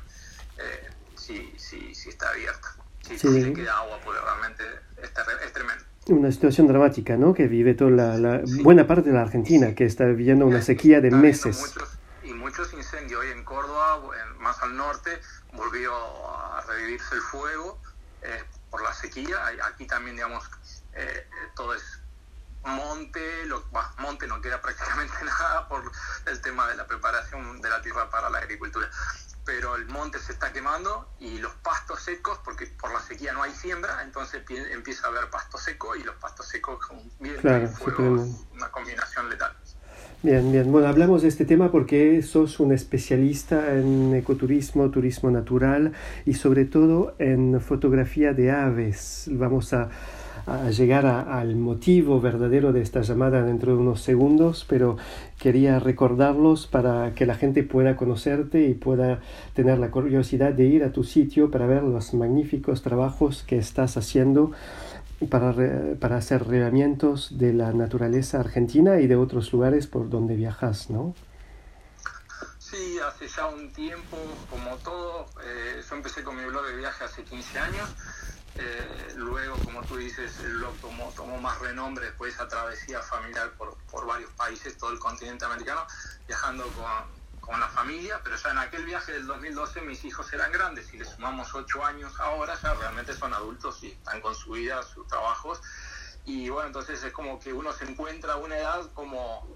si está abierta, si se queda agua, porque realmente es tremendo. Una situación dramática, ¿no? Que vive toda la buena parte de la Argentina, que está viviendo una sequía de meses. Muchos incendios. Hoy en Córdoba, más al norte, volvió a revivirse el fuego por la sequía. Aquí también, digamos, todo es monte, monte no queda prácticamente nada por el tema de la preparación de la tierra para la agricultura. Pero el monte se está quemando y los pastos secos, porque por la sequía no hay siembra, entonces empieza a haber pasto seco y los pastos secos con viento y fuego, una combinación letal. Bien, bien. Bueno, hablamos de este tema porque sos un especialista en ecoturismo, turismo natural y sobre todo en fotografía de aves. Vamos a llegar al motivo verdadero de esta llamada dentro de unos segundos, pero quería recordarlos para que la gente pueda conocerte y pueda tener la curiosidad de ir a tu sitio para ver los magníficos trabajos que estás haciendo para hacer relevamientos de la naturaleza argentina y de otros lugares por donde viajas, ¿no? Sí, hace ya un tiempo, como todo, yo empecé con mi blog de viaje hace 15 años. Luego, como tú dices, el blog tomó más renombre después de esa travesía familiar por varios países, todo el continente americano, viajando con la familia, pero ya en aquel viaje del 2012 mis hijos eran grandes y les sumamos 8 años ahora, ya realmente son adultos y están con su vida, sus trabajos, y bueno, entonces es como que uno se encuentra a una edad como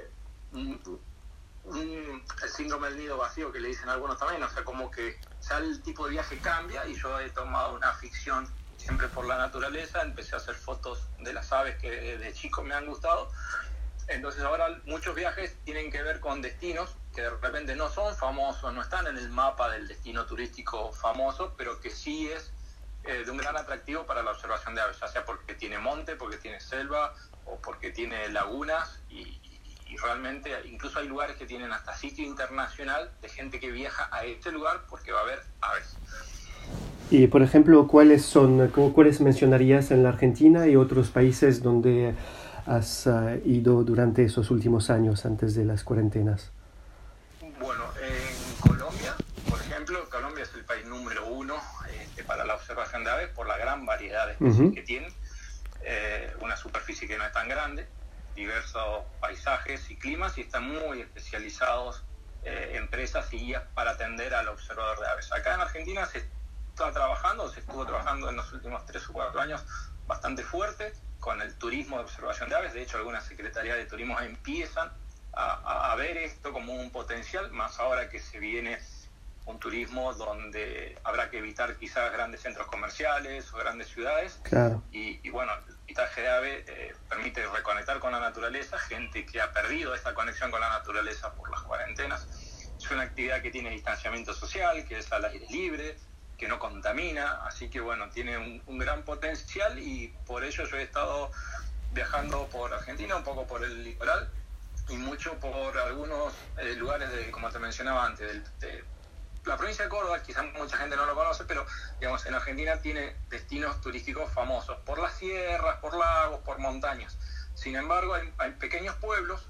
el síndrome del nido vacío que le dicen algunos también, o sea, como que ya el tipo de viaje cambia y yo he tomado una ficción siempre por la naturaleza, empecé a hacer fotos de las aves que de chico me han gustado. Entonces ahora muchos viajes tienen que ver con destinos que de repente no son famosos, no están en el mapa del destino turístico famoso, pero que sí es de un gran atractivo para la observación de aves, ya sea porque tiene monte, porque tiene selva o porque tiene lagunas y realmente incluso hay lugares que tienen hasta sitio internacional de gente que viaja a este lugar porque va a ver aves. Y por ejemplo, ¿cuáles mencionarías en la Argentina y otros países donde has ido durante esos últimos años antes de las cuarentenas? Bueno, en Colombia, por ejemplo, Colombia es el país número 1 para la observación de aves por la gran variedad de especies que tiene, una superficie que no es tan grande, diversos paisajes y climas, y están muy especializados empresas y guías para atender al observador de aves. Acá en Argentina se estuvo trabajando en los últimos 3 o 4 años bastante fuerte con el turismo de observación de aves. De hecho, algunas secretarías de turismo empiezan a ver esto como un potencial, más ahora que se viene un turismo donde habrá que evitar quizás grandes centros comerciales o grandes ciudades. Claro. Y bueno, el pitaje de ave permite reconectar con la naturaleza, gente que ha perdido esta conexión con la naturaleza por las cuarentenas. Es una actividad que tiene distanciamiento social, que es al aire libre, que no contamina, así que bueno, tiene un gran potencial, y por ello yo he estado viajando por Argentina, un poco por el litoral y mucho por algunos lugares como te mencionaba antes, de la provincia de Córdoba. Quizás mucha gente no lo conoce, pero digamos, en Argentina tiene destinos turísticos famosos por las sierras, por lagos, por montañas. Sin embargo, hay pequeños pueblos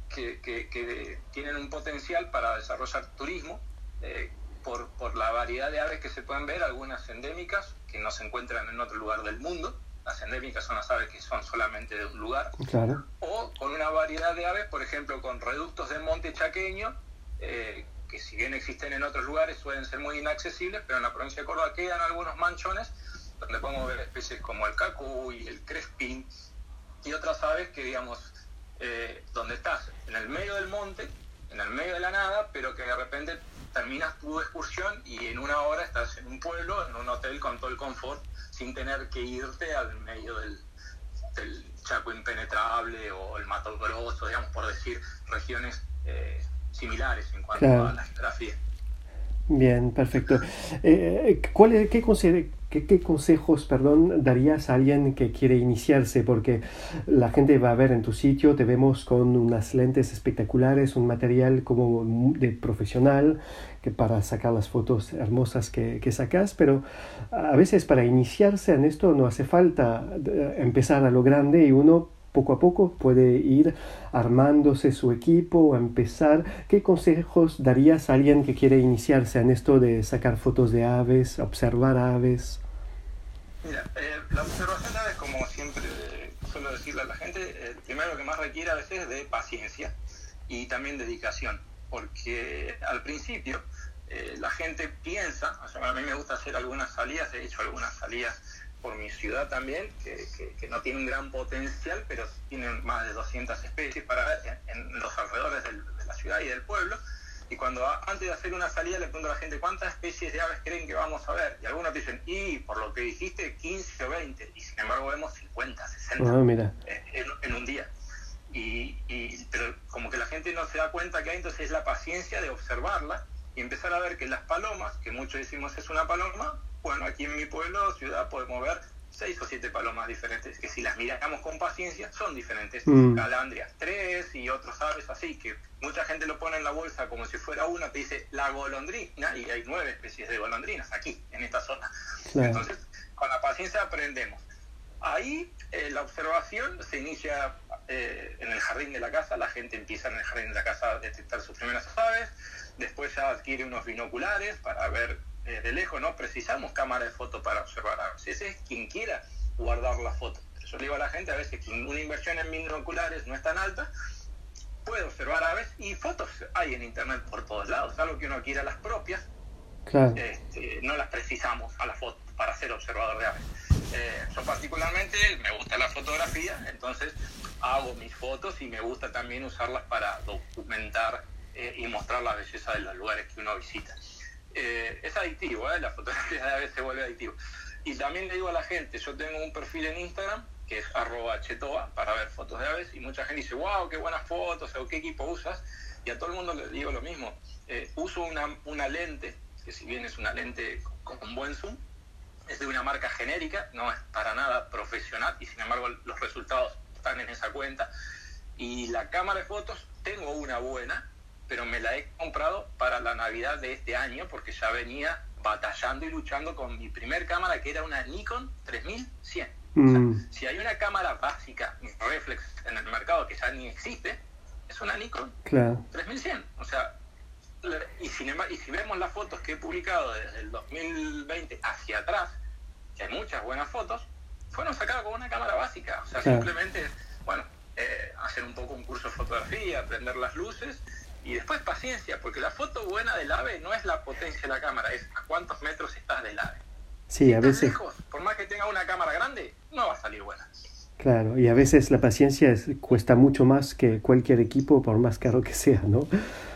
que tienen un potencial para desarrollar turismo por la variedad de aves que se pueden ver, algunas endémicas que no se encuentran en otro lugar del mundo. Las endémicas son las aves que son solamente de un lugar. Claro. O con una variedad de aves, por ejemplo, con reductos del monte chaqueño, que si bien existen en otros lugares suelen ser muy inaccesibles, pero en la provincia de Córdoba quedan algunos manchones donde podemos ver especies como el cacuy, el crespín y otras aves que, digamos, donde estás en el medio del monte, en el medio de la nada, pero que de repente terminas tu excursión y en una hora estás en un pueblo, en un hotel con todo el confort, sin tener que irte al medio del Chaco impenetrable o el Mato Grosso, digamos, por decir, regiones similares en cuanto a la geografía. Bien, perfecto. ¿Qué consejos darías a alguien que quiere iniciarse? Porque la gente va a ver en tu sitio, te vemos con unas lentes espectaculares, un material como de profesional que para sacar las fotos hermosas que sacas, pero a veces para iniciarse en esto no hace falta empezar a lo grande, y uno poco a poco puede ir armándose su equipo o empezar. ¿Qué consejos darías a alguien que quiere iniciarse en esto de sacar fotos de aves, observar aves? Mira, la observación de aves, como siempre suelo decirle a la gente, primero lo que más requiere a veces es de paciencia y también dedicación, porque al principio la gente piensa, o sea, a mí me gusta hacer algunas salidas, he hecho algunas salidas por mi ciudad también, que no tiene un gran potencial, pero tienen más de 200 especies para ver en los alrededores de la ciudad y del pueblo. Y cuando antes de hacer una salida le pregunto a la gente ¿cuántas especies de aves creen que vamos a ver? Y algunos dicen, y por lo que dijiste 15 o 20, y sin embargo vemos 50, 60 en un día. Pero como que la gente no se da cuenta que hay, entonces es la paciencia de observarla y empezar a ver que las palomas, que muchos decimos es una paloma, bueno, aquí en mi pueblo o ciudad podemos ver 6 o 7 palomas diferentes, que si las miramos con paciencia son diferentes. Calandrias 3 y otros aves así, que mucha gente lo pone en la bolsa como si fuera una, te dice la golondrina, y hay 9 especies de golondrinas aquí, en esta zona. Claro. Entonces, con la paciencia aprendemos. Ahí la observación se inicia en el jardín de la casa, la gente empieza en el jardín de la casa a detectar sus primeras aves, después ya adquiere unos binoculares para ver de lejos. No precisamos cámara de foto para observar aves, ese es quien quiera guardar la foto. Pero yo le digo a la gente a veces que una inversión en binoculares no es tan alta, puede observar aves, y fotos hay en internet por todos lados, algo que uno quiera las propias. Claro. No las precisamos a la foto para ser observador de aves. Yo particularmente me gusta la fotografía, entonces hago mis fotos y me gusta también usarlas para documentar y mostrar la belleza de los lugares que uno visita. Es adictivo, la fotografía de aves se vuelve adictivo. Y también le digo a la gente, yo tengo un perfil en Instagram que es @chetoa para ver fotos de aves, y mucha gente dice, wow, qué buenas fotos, o qué equipo usas, y a todo el mundo le digo lo mismo. Uso una lente, que si bien es una lente con buen zoom, es de una marca genérica, no es para nada profesional y sin embargo los resultados están en esa cuenta. Y la cámara de fotos, tengo una buena, pero me la he comprado para la Navidad de este año porque ya venía batallando y luchando con mi primer cámara, que era una Nikon 3100. O sea, si hay una cámara básica reflex en el mercado que ya ni existe, es una Nikon 3100. O sea, y si vemos las fotos que he publicado desde el 2020 hacia atrás, que hay muchas buenas fotos, fueron sacadas con una cámara básica. O sea, simplemente, hacer un poco un curso de fotografía, aprender las luces y después paciencia, porque la foto buena del ave no es la potencia de la cámara, es a cuántos metros estás del ave. Sí, si a estás veces... lejos, por más que tenga una cámara grande, no va a salir buena. Claro, y a veces la paciencia cuesta mucho más que cualquier equipo, por más caro que sea, ¿no?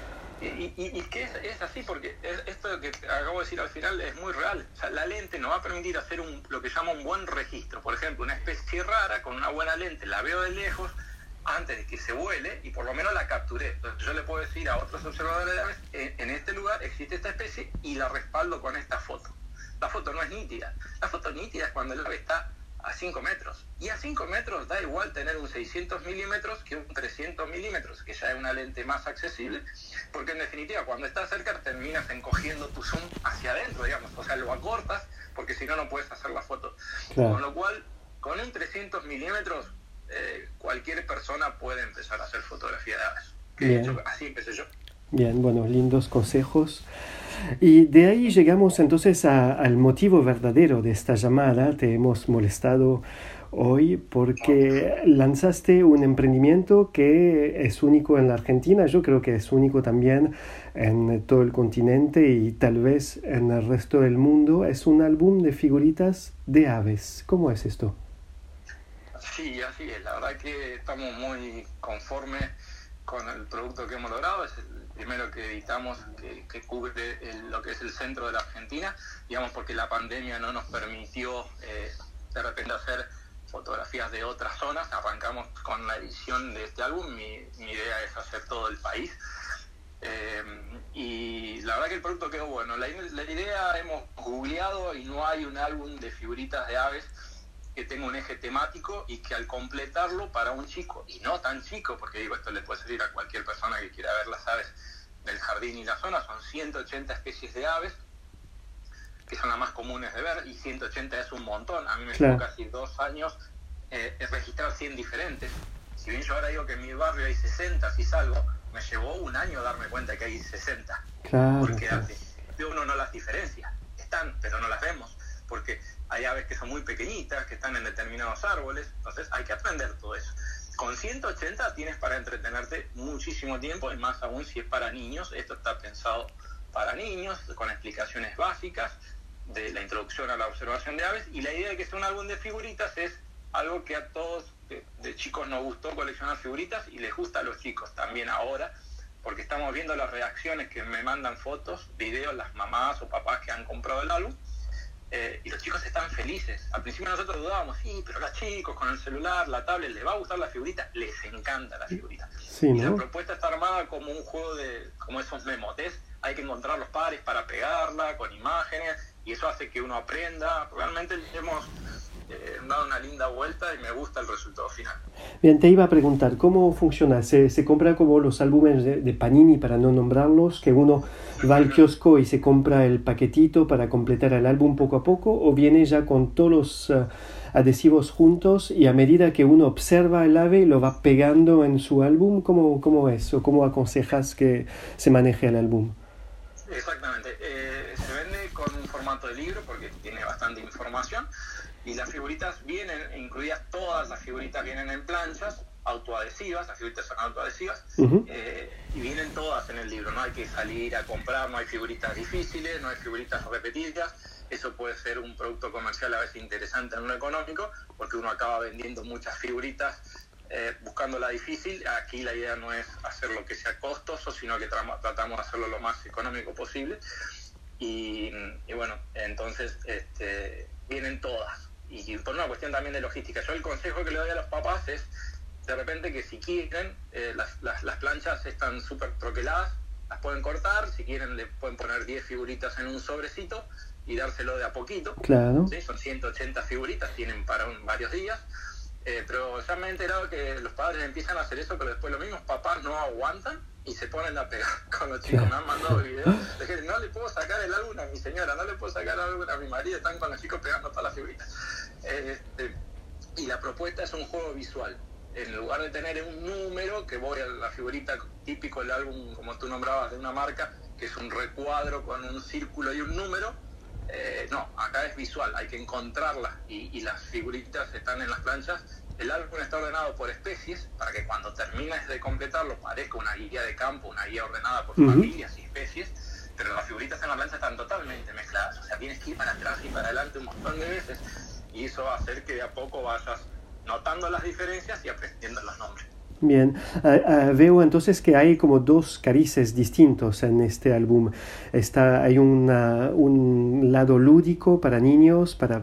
Y que es así, porque esto que acabo de decir al final es muy real. O sea, la lente nos va a permitir hacer lo que llama un buen registro. Por ejemplo, una especie rara con una buena lente, la veo de lejos antes de que se vuele y por lo menos la capturé. Entonces yo le puedo decir a otros observadores de aves, en este lugar existe esta especie y la respaldo con esta foto. La foto no es nítida. La foto nítida es cuando el ave está a 5 metros. Y a 5 metros da igual tener un 600 milímetros que un 300 milímetros, que ya es una lente más accesible, porque en definitiva cuando estás cerca terminas encogiendo tu zoom hacia adentro, digamos, o sea, lo acortas, porque si no, no puedes hacer la foto. Claro. Con lo cual, con un 300 milímetros, cualquier persona puede empezar a hacer fotografía de aves. De hecho, así empecé yo. Bien, bueno, lindos consejos. Y de ahí llegamos entonces al motivo verdadero de esta llamada. Te hemos molestado hoy porque lanzaste un emprendimiento que es único en la Argentina. Yo creo que es único también en todo el continente y tal vez en el resto del mundo. Es un álbum de figuritas de aves. ¿Cómo es esto? Sí, así es. La verdad que estamos muy conformes con el producto que hemos logrado. Es el primero que editamos que cubre lo que es el centro de la Argentina, digamos, porque la pandemia no nos permitió de repente hacer fotografías de otras zonas. Arrancamos con la edición de este álbum. Mi idea es hacer todo el país. Y la verdad que el producto quedó bueno. La idea, hemos googleado y no hay un álbum de figuritas de aves que tenga un eje temático y que al completarlo para un chico, y no tan chico, porque digo, esto le puede servir a cualquier persona que quiera ver las aves del jardín y la zona. Son 180 especies de aves, que son las más comunes de ver, y 180 es un montón. A mí me llevó casi 2 años registrar 100 diferentes. Si bien yo ahora digo que en mi barrio hay 60, si salgo, me llevó un año darme cuenta que hay 60. Porque uno no las diferencia. Están, pero no las vemos, porque hay aves que son muy pequeñitas, que están en determinados árboles, entonces hay que aprender todo eso. Con 180 tienes para entretenerte muchísimo tiempo, y más aún si es para niños. Esto está pensado para niños, con explicaciones básicas de la introducción a la observación de aves, y la idea de que sea un álbum de figuritas es algo que a todos de chicos nos gustó coleccionar figuritas, y les gusta a los chicos también ahora, porque estamos viendo las reacciones que me mandan fotos, videos, las mamás o papás que han comprado el álbum. Y los chicos están felices. Al principio nosotros dudábamos, sí, pero los chicos con el celular, la tablet, ¿les va a gustar la figurita? Les encanta la figurita. Sí, ¿no? Y la propuesta está armada como un juego como esos memotes. Hay que encontrar los pares para pegarla con imágenes, y eso hace que uno aprenda. Realmente hemos dado una linda vuelta y me gusta el resultado final. Bien, te iba a preguntar, ¿cómo funciona? ¿Se compra como los álbumes de Panini, para no nombrarlos, que uno va al kiosco y se compra el paquetito para completar el álbum poco a poco, o viene ya con todos los adhesivos juntos y a medida que uno observa el ave lo va pegando en su álbum? ¿Cómo es? ¿O cómo aconsejas que se maneje el álbum? Exactamente. Se vende con un formato de libro porque tiene bastante información. Y las figuritas vienen incluidas, todas las figuritas vienen en planchas autoadhesivas, las figuritas son autoadhesivas, y vienen todas en el libro. No hay que salir a comprar, no hay figuritas difíciles, no hay figuritas repetidas. Eso puede ser un producto comercial a veces interesante en lo económico, porque uno acaba vendiendo muchas figuritas buscando la difícil. Aquí la idea no es hacer lo que sea costoso, sino que tratamos de hacerlo lo más económico posible. Y bueno, entonces vienen todas. Y por una cuestión también de logística, yo el consejo que le doy a los papás es, de repente, que si quieren, las planchas están súper troqueladas, las pueden cortar, si quieren le pueden poner 10 figuritas en un sobrecito y dárselo de a poquito. Claro. ¿Sí? Son 180 figuritas, tienen para varios días. Pero ya me he enterado que los padres empiezan a hacer eso, pero después los mismos papás no aguantan y se ponen a pegar con los chicos. Me han mandado videos de que no le puedo sacar el álbum a mi señora, no le puedo sacar el álbum a mi marido, están con los chicos pegando todas las figuritas. Y la propuesta es un juego visual. En lugar de tener un número, que voy a la figurita típico del álbum, como tú nombrabas, de una marca, que es un recuadro con un círculo y un número, no, acá es visual, hay que encontrarlas y las figuritas están en las planchas. El álbum está ordenado por especies para que cuando termines de completarlo parezca una guía de campo, una guía ordenada por familias y especies, pero las figuritas en la plancha están totalmente mezcladas, o sea, tienes que ir para atrás y para adelante un montón de veces y eso va a hacer que de a poco vayas notando las diferencias y aprendiendo los nombres. Bien, veo entonces que hay como dos carices distintos en este álbum. Hay un lado lúdico para niños, para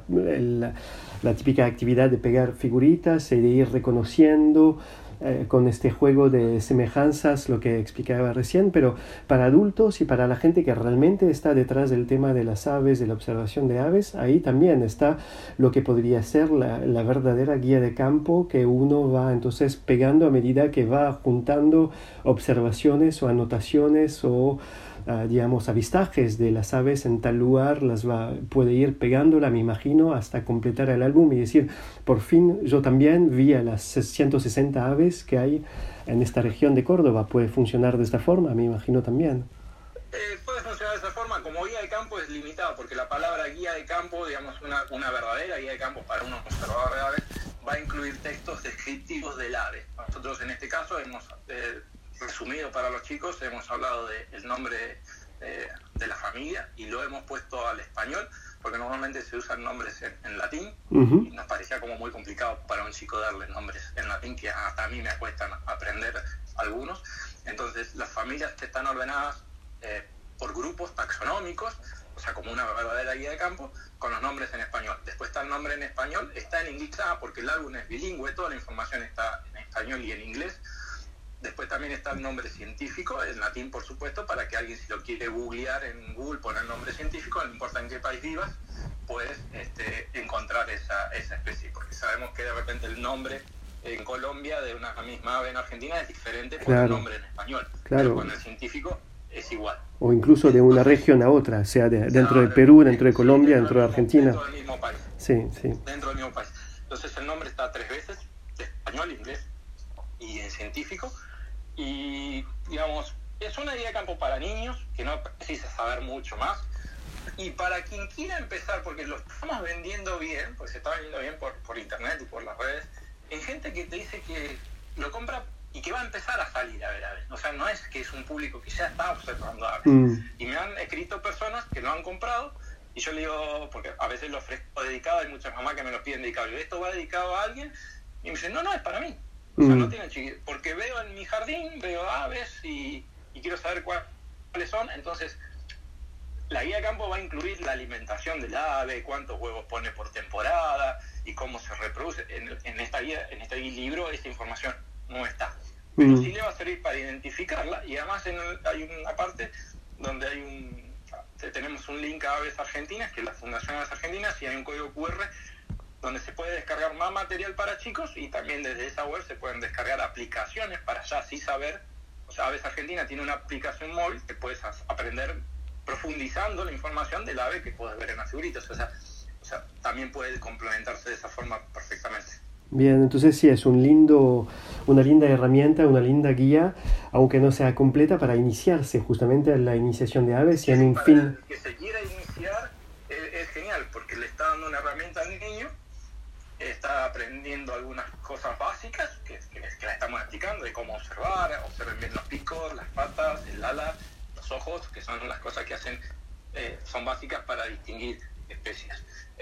la típica actividad de pegar figuritas y de ir reconociendo con este juego de semejanzas, lo que explicaba recién, pero para adultos y para la gente que realmente está detrás del tema de las aves, de la observación de aves, ahí también está lo que podría ser la verdadera guía de campo que uno va entonces pegando a medida que va juntando observaciones o anotaciones o digamos, avistajes de las aves en tal lugar, puede ir pegándola, me imagino, hasta completar el álbum y decir, por fin yo también vi a las 160 aves que hay en esta región de Córdoba. ¿Puede funcionar de esta forma? Me imagino también. Puede funcionar de esa forma. Como guía de campo es limitado, porque la palabra guía de campo, digamos, una verdadera guía de campo para un observador de aves, va a incluir textos descriptivos del ave. Nosotros en este caso hemos resumido para los chicos, hemos hablado del nombre de la familia y lo hemos puesto al español, porque normalmente se usan nombres en latín y nos parecía como muy complicado para un chico darle nombres en latín, que hasta a mí me cuestan aprender algunos. Entonces las familias están ordenadas por grupos taxonómicos, o sea, como una verdadera guía de campo, con los nombres en español. Después está el nombre en español, está en inglés, porque el álbum es bilingüe, toda la información está en español y en inglés. Después también está el nombre científico, en latín por supuesto, para que alguien si lo quiere googlear en Google, poner el nombre científico, no importa en qué país vivas, puedes encontrar esa especie, porque sabemos que de repente el nombre en Colombia de una misma ave en Argentina es diferente por el nombre en español, pero con el científico es igual. O incluso de una región a otra, sea dentro de Perú, dentro de Colombia, dentro de Argentina. Dentro del mismo país. Sí. Dentro del mismo país. Entonces el nombre está 3 veces, español, inglés y en científico. Y, digamos, es una guía de campo para niños, que no precisa saber mucho más. Y para quien quiera empezar, porque lo estamos vendiendo bien, porque se está vendiendo bien por internet y por las redes, en gente que te dice que lo compra y que va a empezar a salir a ver aves. O sea, no es que es un público que ya está observando aves. Y me han escrito personas que lo han comprado y yo le digo, porque a veces lo ofrezco dedicado, hay muchas mamás que me lo piden dedicado. Yo, ¿esto va dedicado a alguien? Y me dicen, no, es para mí. O sea, no tienen chiquitos, porque veo en mi jardín, veo aves y quiero saber cuáles son. Entonces, la guía de campo va a incluir la alimentación del ave, cuántos huevos pone por temporada y cómo se reproduce. En este libro esa información no está. Pero sí le va a servir para identificarla y además hay una parte donde tenemos un link a Aves Argentinas, que es la Fundación Aves Argentinas, y hay un código QR donde se puede descargar más material para chicos y también desde esa web se pueden descargar aplicaciones para ya así saber. O sea, Aves Argentina tiene una aplicación móvil que puedes aprender profundizando la información del ave que puedes ver en las figuritas. O sea, también puede complementarse de esa forma perfectamente. Bien, entonces sí, es una linda herramienta, una linda guía, aunque no sea completa, para iniciarse justamente en la iniciación de aves y en un fin. El que se quiera iniciar es genial, porque le está dando una herramienta al niño, está aprendiendo algunas cosas básicas que la estamos explicando, de cómo observen bien los picos, las patas, el ala, los ojos, que son las cosas que hacen, son básicas para distinguir especies.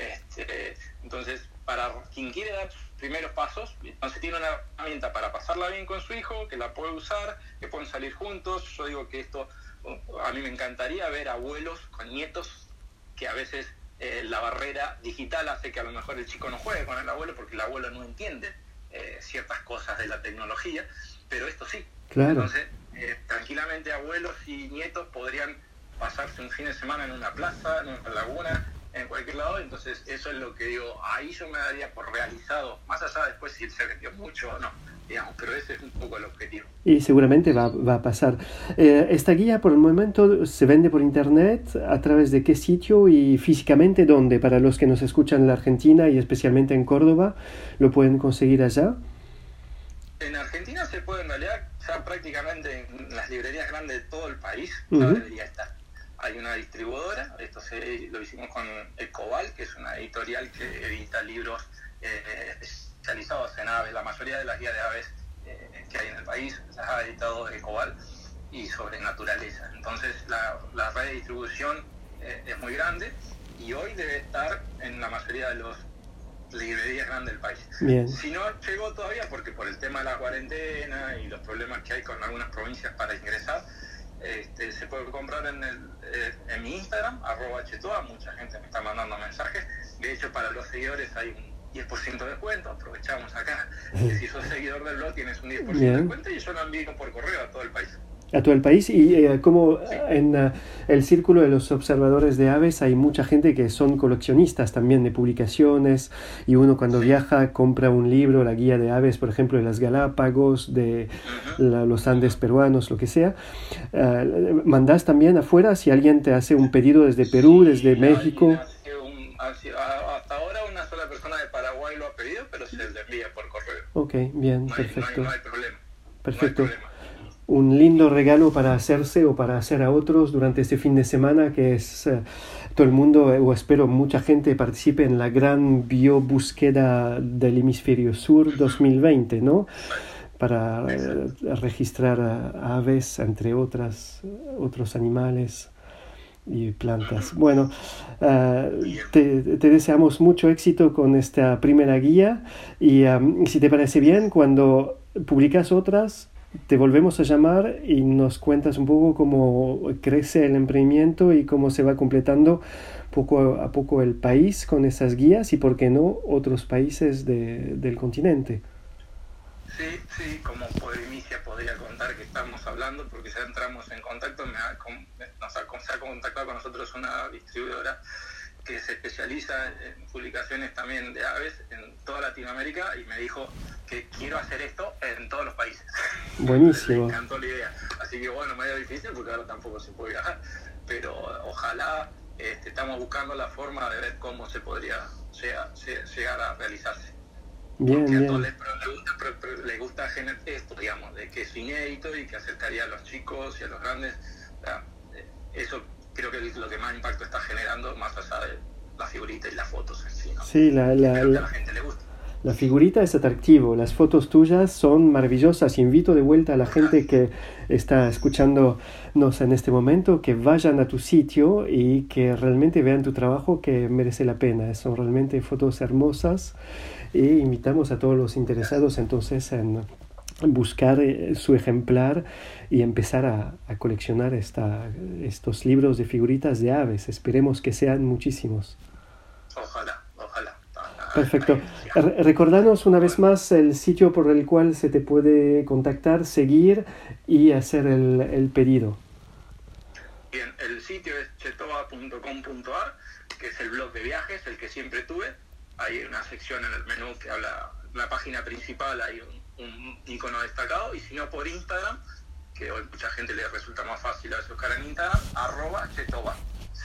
Entonces, para quien quiere dar sus primeros pasos, entonces tiene una herramienta para pasarla bien con su hijo, que la puede usar, que pueden salir juntos. Yo digo que esto, a mí me encantaría ver abuelos con nietos, que a veces la barrera digital hace que a lo mejor el chico no juegue con el abuelo porque el abuelo no entiende ciertas cosas de la tecnología, pero esto sí. Claro. Entonces tranquilamente abuelos y nietos podrían pasarse un fin de semana en una plaza, en una laguna, en cualquier lado. Entonces eso es lo que digo, ahí yo me daría por realizado, más allá después si se vendió mucho o no, digamos, pero ese es un poco el objetivo. Y seguramente va a pasar. Esta guía por el momento se vende por internet, ¿a través de qué sitio y físicamente dónde? Para los que nos escuchan en la Argentina y especialmente en Córdoba, ¿lo pueden conseguir allá? En Argentina se puede en realidad ya prácticamente en las librerías grandes de todo el país, ya debería estar. Hay una distribuidora, esto lo hicimos con Ecobal, que es una editorial que edita libros especializados en aves. La mayoría de las guías de aves que hay en el país las ha editado Ecobal y sobre naturaleza. Entonces la red de distribución es muy grande y hoy debe estar en la mayoría de los librerías grandes del país. Bien. Si no llegó todavía, porque por el tema de la cuarentena y los problemas que hay con algunas provincias para ingresar, se puede comprar en mi Instagram, @chetoa. Mucha gente me está mandando mensajes. De hecho, para los seguidores hay un 10% de descuento. Aprovechamos acá que si sos seguidor del blog tienes un 10% de descuento y yo lo envío por correo a todo el país. A todo el país. Y como en el círculo de los observadores de aves hay mucha gente que son coleccionistas también de publicaciones, y uno cuando viaja compra un libro, la guía de aves, por ejemplo, de las Galápagos, de los Andes peruanos, lo que sea. ¿Mandás también afuera si alguien te hace un pedido desde Perú, desde México? Hasta ahora una sola persona de Paraguay lo ha pedido, pero se les envía por correo. Ok, bien, perfecto. No hay problema. Perfecto. No hay problema. Un lindo regalo para hacerse o para hacer a otros durante este fin de semana, que es todo el mundo, o espero mucha gente participe en la gran biobúsqueda del hemisferio sur 2020, ¿no? Para registrar aves, entre otros animales y plantas. Bueno, te deseamos mucho éxito con esta primera guía y si te parece bien, cuando publicas otras, te volvemos a llamar y nos cuentas un poco cómo crece el emprendimiento y cómo se va completando poco a poco el país con esas guías y, por qué no, otros países del continente. Sí, como primicia podría contar que estamos hablando, porque ya entramos en contacto, se ha contactado con nosotros una distribuidora que se especializa en publicaciones también de aves en toda Latinoamérica y me dijo que quiero hacer esto en todos los países. Buenísimo. Me encantó la idea. Así que bueno, medio difícil porque ahora tampoco se puede viajar, pero ojalá estamos buscando la forma de ver cómo se podría llegar a realizarse. Bien, porque bien. a todos les gusta generar esto, digamos, de que es inédito y que acercaría a los chicos y a los grandes. O sea, eso creo que es lo que más impacto está generando, más allá de la figurita y las fotos en sí, ¿no? Sí, a la gente le gusta. La figurita es atractivo, las fotos tuyas son maravillosas. Invito de vuelta a la gente que está escuchándonos en este momento que vayan a tu sitio y que realmente vean tu trabajo, que merece la pena. Son realmente fotos hermosas e invitamos a todos los interesados entonces en buscar su ejemplar y empezar a coleccionar estos libros de figuritas de aves. Esperemos que sean muchísimos. Ojalá. Perfecto. Recordanos una vez más el sitio por el cual se te puede contactar, seguir y hacer el pedido. Bien, el sitio es chetoa.com.ar, que es el blog de viajes, el que siempre tuve. Hay una sección en el menú que habla, en la página principal hay un icono destacado, y si no por Instagram, que hoy mucha gente le resulta más fácil a buscar en Instagram, @chetoa,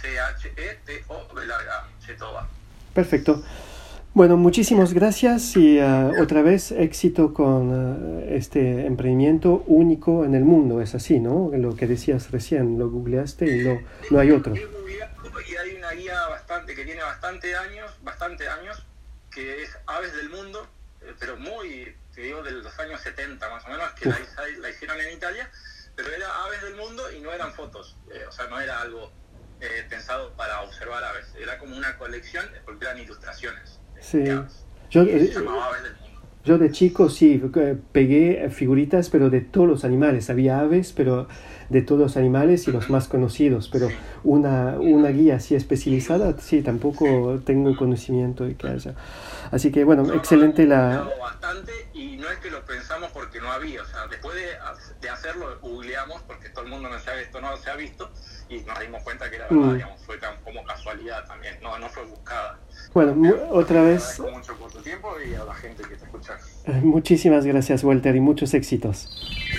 chetoa. Perfecto. Bueno, muchísimas gracias y otra vez éxito con este emprendimiento único en el mundo. Es así, ¿no? Lo que decías recién, lo googleaste y no hay otro. Y hay una guía que tiene bastante años, que es Aves del Mundo, pero te digo, de los años 70 más o menos, que la hicieron en Italia, pero era Aves del Mundo y no eran fotos, o sea, no era algo pensado para observar aves, era como una colección porque eran ilustraciones. Sí. Se llamaba Aves del Mundo. Yo de chico sí, pegué figuritas, pero de todos los animales. Había aves, pero de todos los animales y los más conocidos. Pero una guía así especializada, sí, tampoco tengo conocimiento de que haya. Así que bueno, excelente la... Bastante, y no es que lo pensamos porque no había, o sea, después de hacerlo googleamos porque todo el mundo no se ha visto y nos dimos cuenta que era verdad, digamos, fue como casualidad también, no fue buscada. Bueno, otra vez... Agradezco mucho por tu tiempo y a la gente que te escucha. Muchísimas gracias, Walter, y muchos éxitos.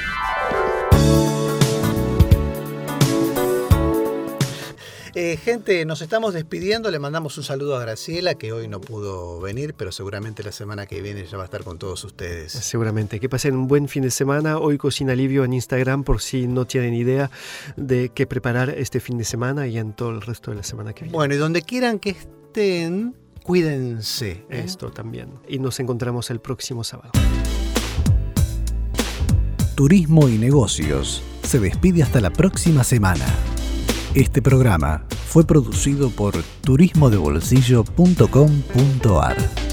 Gente, nos estamos despidiendo. Le mandamos un saludo a Graciela, que hoy no pudo venir, pero seguramente la semana que viene ya va a estar con todos ustedes. Seguramente. Que pasen un buen fin de semana. Hoy Cocina Livio en Instagram, por si no tienen idea de qué preparar este fin de semana y en todo el resto de la semana que viene. Bueno, y donde quieran que estén, cuídense. Esto también. Y nos encontramos el próximo sábado. Turismo y Negocios se despide hasta la próxima semana. Este programa fue producido por turismodebolsillo.com.ar.